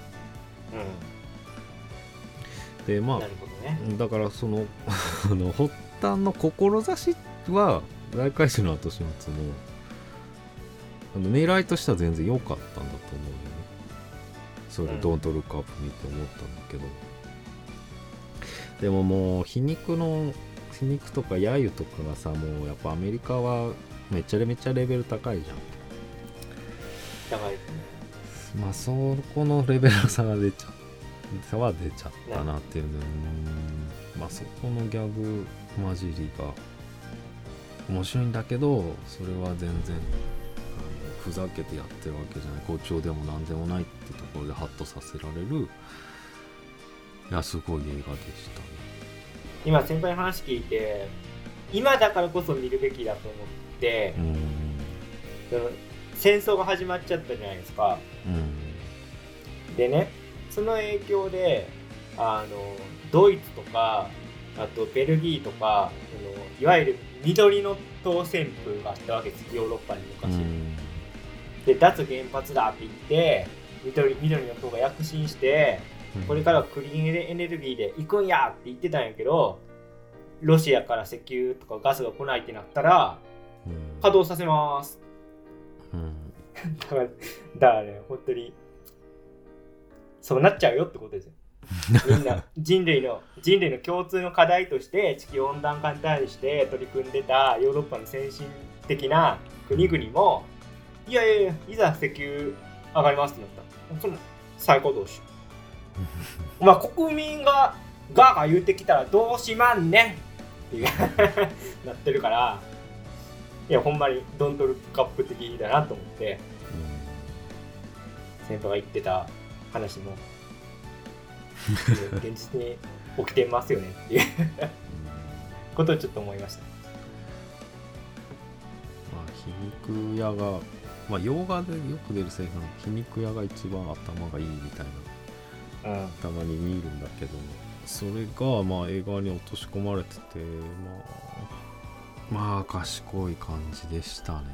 うん、でまあ、ね、だからそのあの発端の志は大怪獣の後始末もあの狙いとしては全然良かったんだと思うよね。それでドントルックアップ見て思ったんだけど、うん、でももう皮肉の皮肉とか揶揄とかがさ、もうやっぱアメリカはめちゃめちゃレベル高いじゃん。 高いですね。 まあそこのレベルの差が出ちゃ差は出ちゃったなっていうね。まあそこのギャグ混じりが面白いんだけど、それは全然ふざけてやってるわけじゃない、好調でもなんでもないってところでハッとさせられる、いやすごい映画でしたね。 今先輩の話聞いて今だからこそ見るべきだと思って、うん、戦争が始まっちゃったじゃないですか、うん、でねその影響であのドイツとかあとベルギーとかそのいわゆる緑の党旋風があったわけです、ヨーロッパに昔、うん、で脱原発だって言って緑、緑の党が躍進してこれからはクリーンエネルギーで行くんやって言ってたんやけど、ロシアから石油とかガスが来ないってなったら、うん、稼働させます、うん、だからだからね本当にそうなっちゃうよってことですよ。みんな人類の人類の共通の課題として地球温暖化に対して取り組んでたヨーロッパの先進的な国々も、いやいやいやいざ石油上がりますってなったらその再稼働しまあ国民がガーガー言ってきたらどうしまんねんっていうなってるから、いやほんまにドントルックアップ的だなと思って、先輩が言ってた話も現実に起きてますよねっていうことをちょっと思いました。 まあ皮肉屋が、まあ洋画でよく出るセリフの皮肉屋が一番頭がいいみたいな、うん、たまに見るんだけど、それがまあ映画に落とし込まれてて、まあまあ賢い感じでしたね。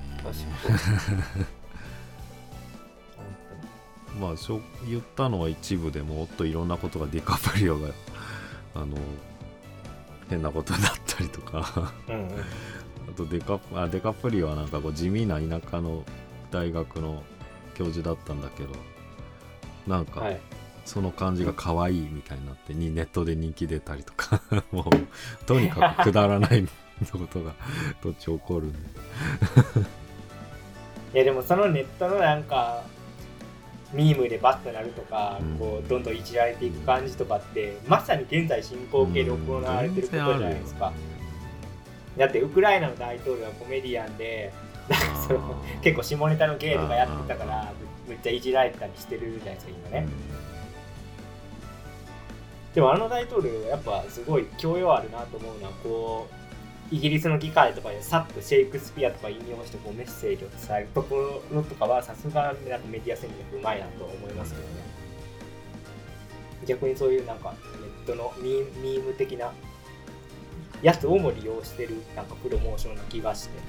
まあ言ったのは一部でもっといろんなことがディカプリオがあの変なことになったりとかうん、うん、あとデカあデカプリオはなんかこう地味な田舎の大学の教授だったんだけど、なんか、はい、その感じが可愛いみたいになってにネットで人気出たりとかもうとにかくくだらないことがどっち起こるんでいやでもそのネットのなんかミームでバッとなるとか、うん、こうどんどんいじられていく感じとかってまさに現在進行形で行われてることじゃないですか、うん、だってウクライナの大統領はコメディアンでなんかその結構下ネタの芸とかやってたからめっちゃいじられたりしてるじゃないですか今ね、うん、でもあの大統領はやっぱすごい教養あるなと思うのは、こうイギリスの議会とかでさっとシェイクスピアとか引用してこうメッセージを伝えるところとかはさすがなんかメディア戦略うまいなと思いますけどね。逆にそういうなんかネットのミー、ミーム的なやつをも利用してるなんかプロモーションな気がして、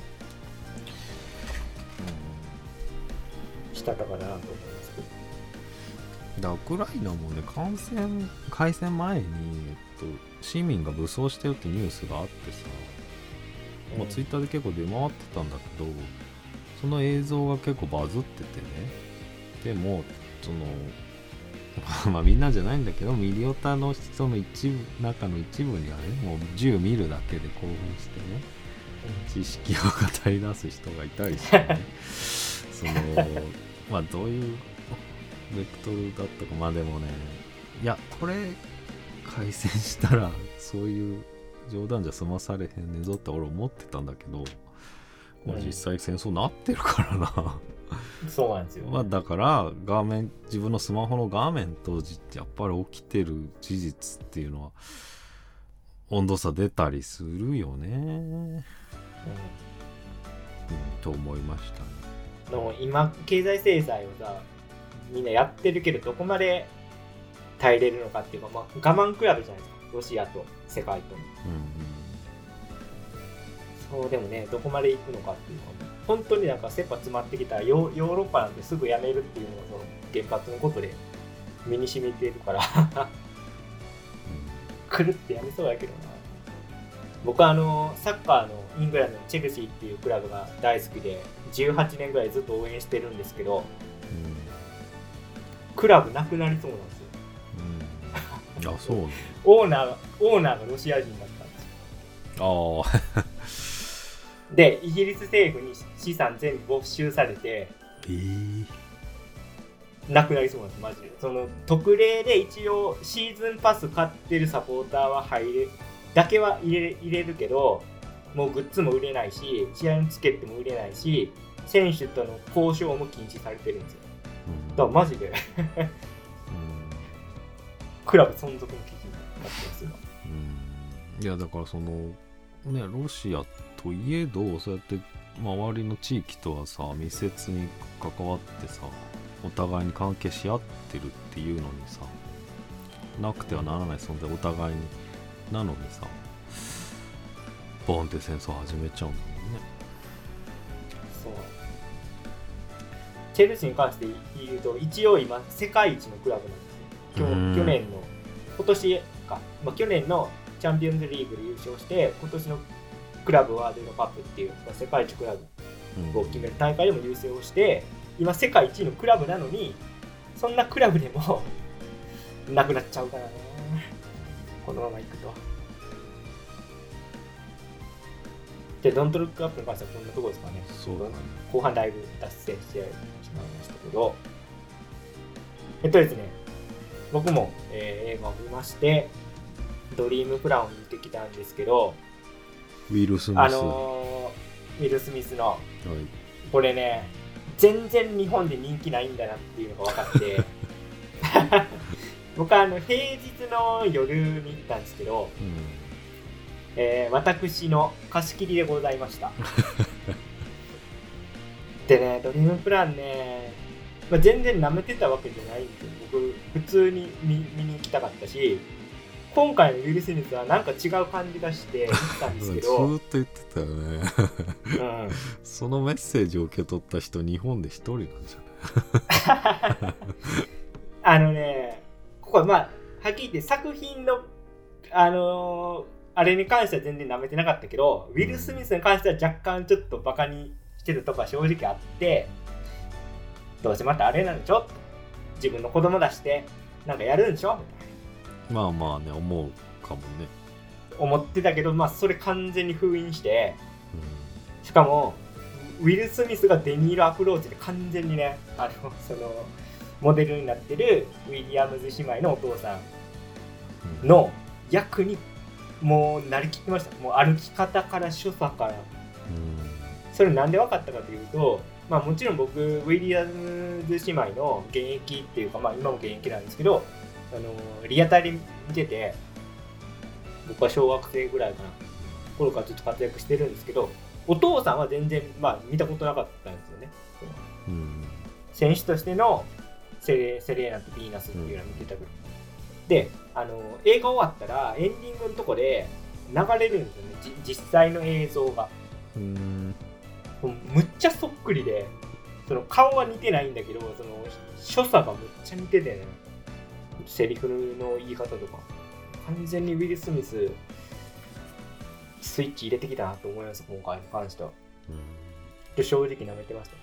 うん、したたかなと思いますけど。 だウクライナもね、感染開戦前に、えっと、市民が武装してるってニュースがあってさ、うんまあ、ツイッターで結構出回ってたんだけど、その映像が結構バズっててね。でもそのまあみんなじゃないんだけど、ミリオタの人の一部中の一部にはね、もう銃見るだけで興奮してね、知識を語り出す人がいたりしてねそのまあどういうベクトルだったか、まあでもね、いやこれ開戦したらそういう冗談じゃ済まされへんねぞって俺思ってたんだけど、 まあ、実際戦争なってるからなそうなんですよ、 まあだから画面自分のスマホの画面とやっぱり起きてる事実っていうのは温度差出たりするよね、うんうん、と思いましたね。 でも今経済制裁をさみんなやってるけどどこまで耐えれるのかっていうか、まあ、我慢比べじゃないですか、ロシアと世界と、うんうん、そうでもねどこまで行くのかっていうか、本当になんか切羽詰まってきたら ヨ, ヨーロッパなんてすぐやめるっていうのがその原発のことで身に染みているからくるってやめそうやけどな。僕はあのサッカーのイングランドのチェルシーっていうクラブが大好きでじゅうはちねんぐらいずっと応援してるんですけど、うん、クラブなくなりそうなんですよ、 うん、あそうねオーナーオーナーがロシア人だったんですよ。ああでイギリス政府に資産全部没収されて、 えー、 なくなりそうなんですマジで。その特例で一応シーズンパス買ってるサポーターは入れだけは入れ、入れるけどもうグッズも売れないし試合のチケットも売れないし選手との交渉も禁止されてるんですよ、うん、だからマジで、うん、クラブ存続の危機になってますよ、 うん、いやだからそのねロシアといえどそうやって周りの地域とはさ密接に関わってさお互いに関係し合ってるっていうのにさなくてはならない存在お互いになのにさボンって戦争始めちゃうんだもんね。 そうチェルシーに関して言うと一応今世界一のクラブなんですよ。去年の今年か、まあ、去年のチャンピオンズリーグで優勝して今年のクラブワールドカップっていう、まあ、世界一クラブを決める大会でも優勝して今世界一のクラブなのにそんなクラブでもなくなっちゃうからねこのままいくと。でドントルックアップに関してはこんなところですかね。 そうだね。 後半だいぶ脱線してしまいましたけど、えっとですね僕も、えー、映画を見ましてドリームプランを見てきたんですけど、 ウィル・スミス、 あのー、ウィル・スミスの、はい、これね全然日本で人気ないんだなっていうのが分かって僕はあの平日の夜に行ったんですけど、うんえー、私の貸し切りでございましたでねドリームプランね、まあ、全然舐めてたわけじゃないんですよ。僕普通に 見, 見に行きたかったし今回のウィル・スミスはなんか違う感じがして見たんですけどずっと言ってたよね、うん、そのメッセージを受け取った人日本で一人なんじゃないあのねここはまあはっきり言って作品のあのーあれに関しては全然舐めてなかったけど、ウィル・スミスに関しては若干ちょっとバカにしてるとこは正直あって、どうせまたあれなんでしょ自分の子供出してなんかやるんでしょみたいな。 まあまあね思うかもね思ってたけど、まあそれ完全に封印して、うん、しかもウィル・スミスがデニールアプローチで完全にねあのそのモデルになってるウィリアムズ姉妹のお父さんの役にもうなりきってました。もう歩き方から所作から、うん、それなんで分かったかというと、まあもちろん僕ウィリアムズ姉妹の現役っていうか、まあ今も現役なんですけど、あのリアタイで見てて、僕は小学生ぐらいかな頃からずっと活躍してるんですけど、お父さんは全然まあ見たことなかったんですよね。うん、選手としてのセレ、セレーナとヴィーナスっていうのを見てたけど、うんで、あの映画終わったらエンディングのとこで流れるんですよね、実際の映像が。うーんむっちゃそっくりで、その顔は似てないんだけど、その所作がむっちゃ似ててね、セリフの言い方とか、完全にウィル・スミススイッチ入れてきたなと思います、今回に関しては。うん正直なめてました。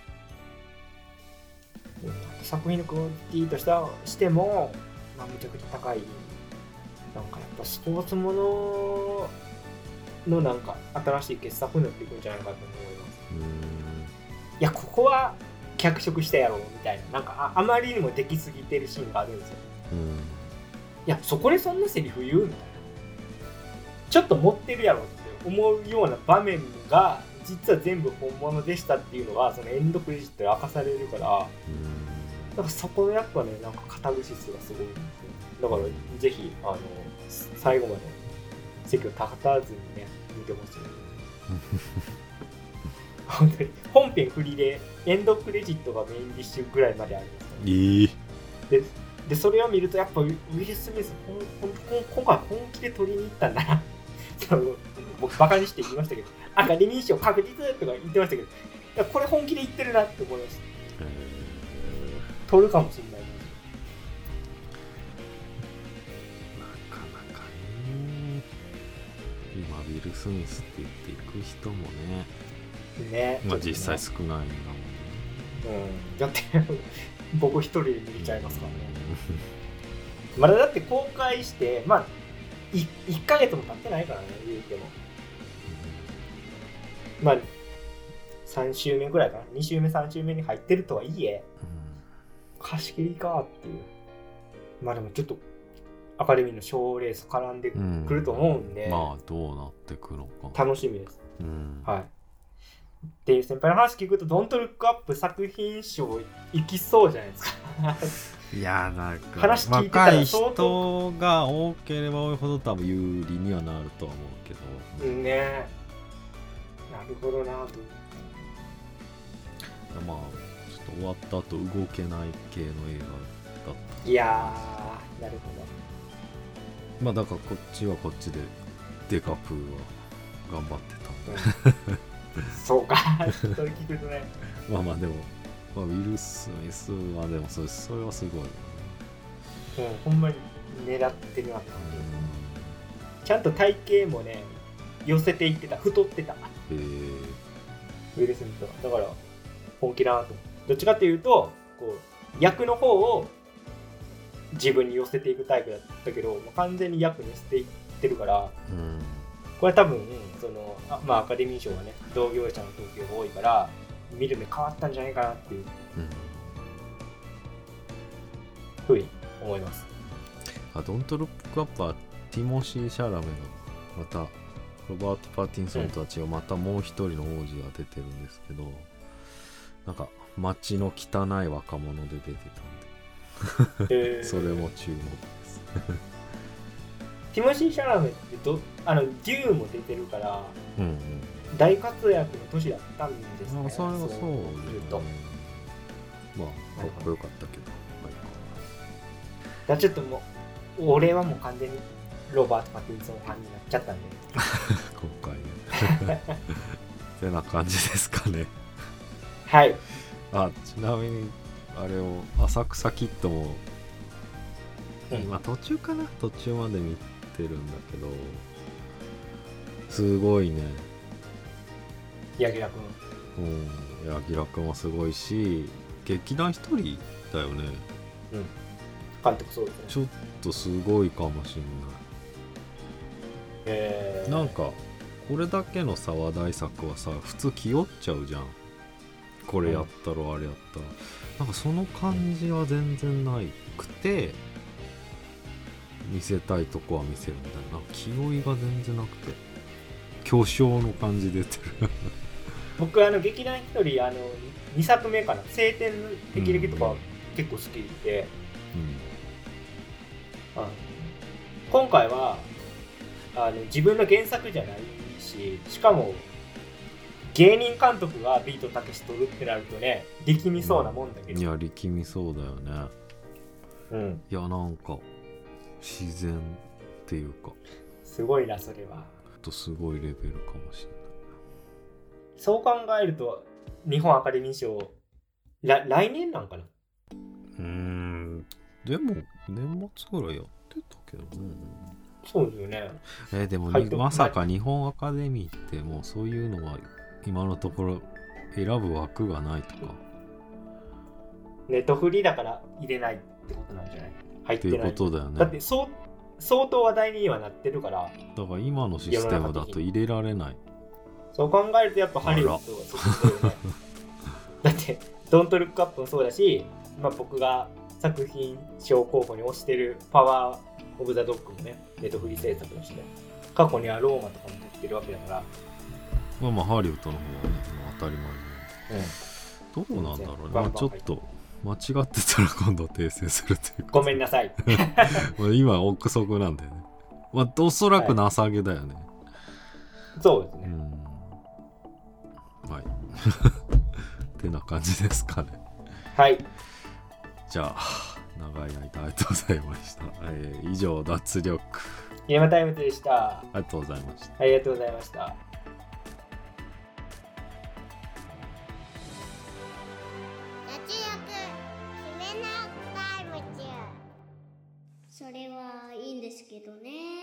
作品のクオリティとしても、まあ、めちゃくちゃ高い。なんかやっぱスポーツもののなんか新しい傑作になっていくんじゃないかと思います。うーんいやここは脚色したやろみたいな、なんか あ, あまりにもできすぎてるシーンがあるんですよ。うんいやそこでそんなセリフ言うみたいな、ちょっと持ってるやろって思うような場面が実は全部本物でしたっていうのがそのエンドクレジットで明かされるから、だからそこのやっぱねなんかカタルシスがすごいんですよ。だからぜひあの最後まで席を立たずにね見てほしい。本当に本編振りでエンドクレジットがメインディッシュぐらいまであります、ね。 えー、 で, でそれを見るとやっぱウィル・スミスほんほん今回本気で取りに行ったんだな。僕バカにして言いましたけど、アカデミー賞確実とか言ってましたけど、いやこれ本気で言ってるなって思いました。えー、取るかもしれない。 なかなかね、今ウィル・スミスって言っていく人もね。 ね、 まあ実際少ないんだもんね。 うん、だって僕一人で見れちゃいますからね。まだだって公開してまあいいっかげつも経ってないからね言うても。まあさん週目ぐらいかな、に週目さん週目に入ってるとはいえ、うん、貸し切りかっていう。まあでもちょっとアカデミーの賞レース絡んでくると思うんで、 うん、まあどうなってくのか楽しみです、 うん、 はい。っていう先輩の話聞くとドントルックアップ作品賞いきそうじゃないですか。 いやなんか話聞いてたら若い人が多ければ多いほど多分有利にはなるとは思うけどね。なるほどなと。 まあちょっと終わった後動けない系の映画だった。 いやーなるほど。まあだからこっちはこっちでデカプーは頑張ってたんで、 うん、そうかそれ聞くとねまあまあでも、まあ、ウィル・スミスはでもそれ、それはすごい、 うん、ほんまに狙ってるなって感じ。ちゃんと体型もね寄せていってた、太ってた。へえー、 ウィル・スミスはだから本気だなと。どっちかっていうとこう役の方を自分に寄せていくタイプだったけど、もう完全に役に寄せていってるから、うん、これは多分そのあ、まあ、アカデミー賞はね同業者の投票が多いから見る目変わったんじゃないかなっていう、うん、ふうに思います。 あ、ドントルックアップはティモシー・シャラメのまたロバート・パティンソンとは違う、またもう一人の王子が出てるんですけど、なんか街の汚い若者で出てたんで、えー、それも注目ですティモシー・シャラメってどあのデューも出てるから、うんうん、大活躍の年だったんですね。 あ、それはそうですね。まあかっこよかったけど、はい、 だちょっともう俺はもう完全にロバート・パティンソンファンになっちゃったんで今回ねってな感じですかね。 はい。 あ、ちなみにあれを浅草キッドも、うん、まあ途中かな途中まで見てるんだけどすごいね。 柳楽君、うん、柳楽君もすごいし劇団一人だよね。 うん、監督そうですね。 ちょっとすごいかもしんない。 へー。 なんかこれだけのさ話題作はさ普通気負っちゃうじゃん。これやったろ、うん、あれやったろ、なんかその感じは全然ないくて見せたいとこは見せるみたいな、気負いが全然なくて巨匠の感じ出てる僕あの劇団一人あのにさくめかな晴天霹靂とか結構好きで、うんうん、あ今回はあの自分の原作じゃないし、しかも芸人監督がビートたけし撮るってなるとね力みそうなもんだけど、 いや力みそうだよね。 うん、 いやなんか自然っていうかすごいなそれは。 とすごいレベルかもしれない。 そう考えると日本アカデミー賞来年なんかな。 うーんでも年末ぐらいやってたけどね。 そうですよね。 えー、でもまさか日本アカデミーってもうそういうのは今のところ選ぶ枠がないとか。 ネットフリーだから入れないってことなんじゃない？入ってない。 っていうことだよね。 だってそう相当話題にはなってるから。 だから今のシステムだと入れられない。 そう考えるとやっぱハリウッドはそうだよね。だってドントルックアップもそうだし、まあ、僕が作品賞候補に推してるパワーオブザドッグもねネットフリー制作として過去にはローマとかも撮ってるわけだから、 まあまあハリウッドの方はね当たり前に、うん、どうなんだろうね、まあ、ちょっと間違ってたら今度訂正するというごめんなさい今憶測なんだよね、まあ、おそらくなさげだよね、はい、 そうですね、うん、 はいってな感じですかね。 はい、 じゃあ長い間ありがとうございました、えー、以上脱力イヤマタイムズでした。 ありがとうございました。 ありがとうございました。 それはいいんですけどね。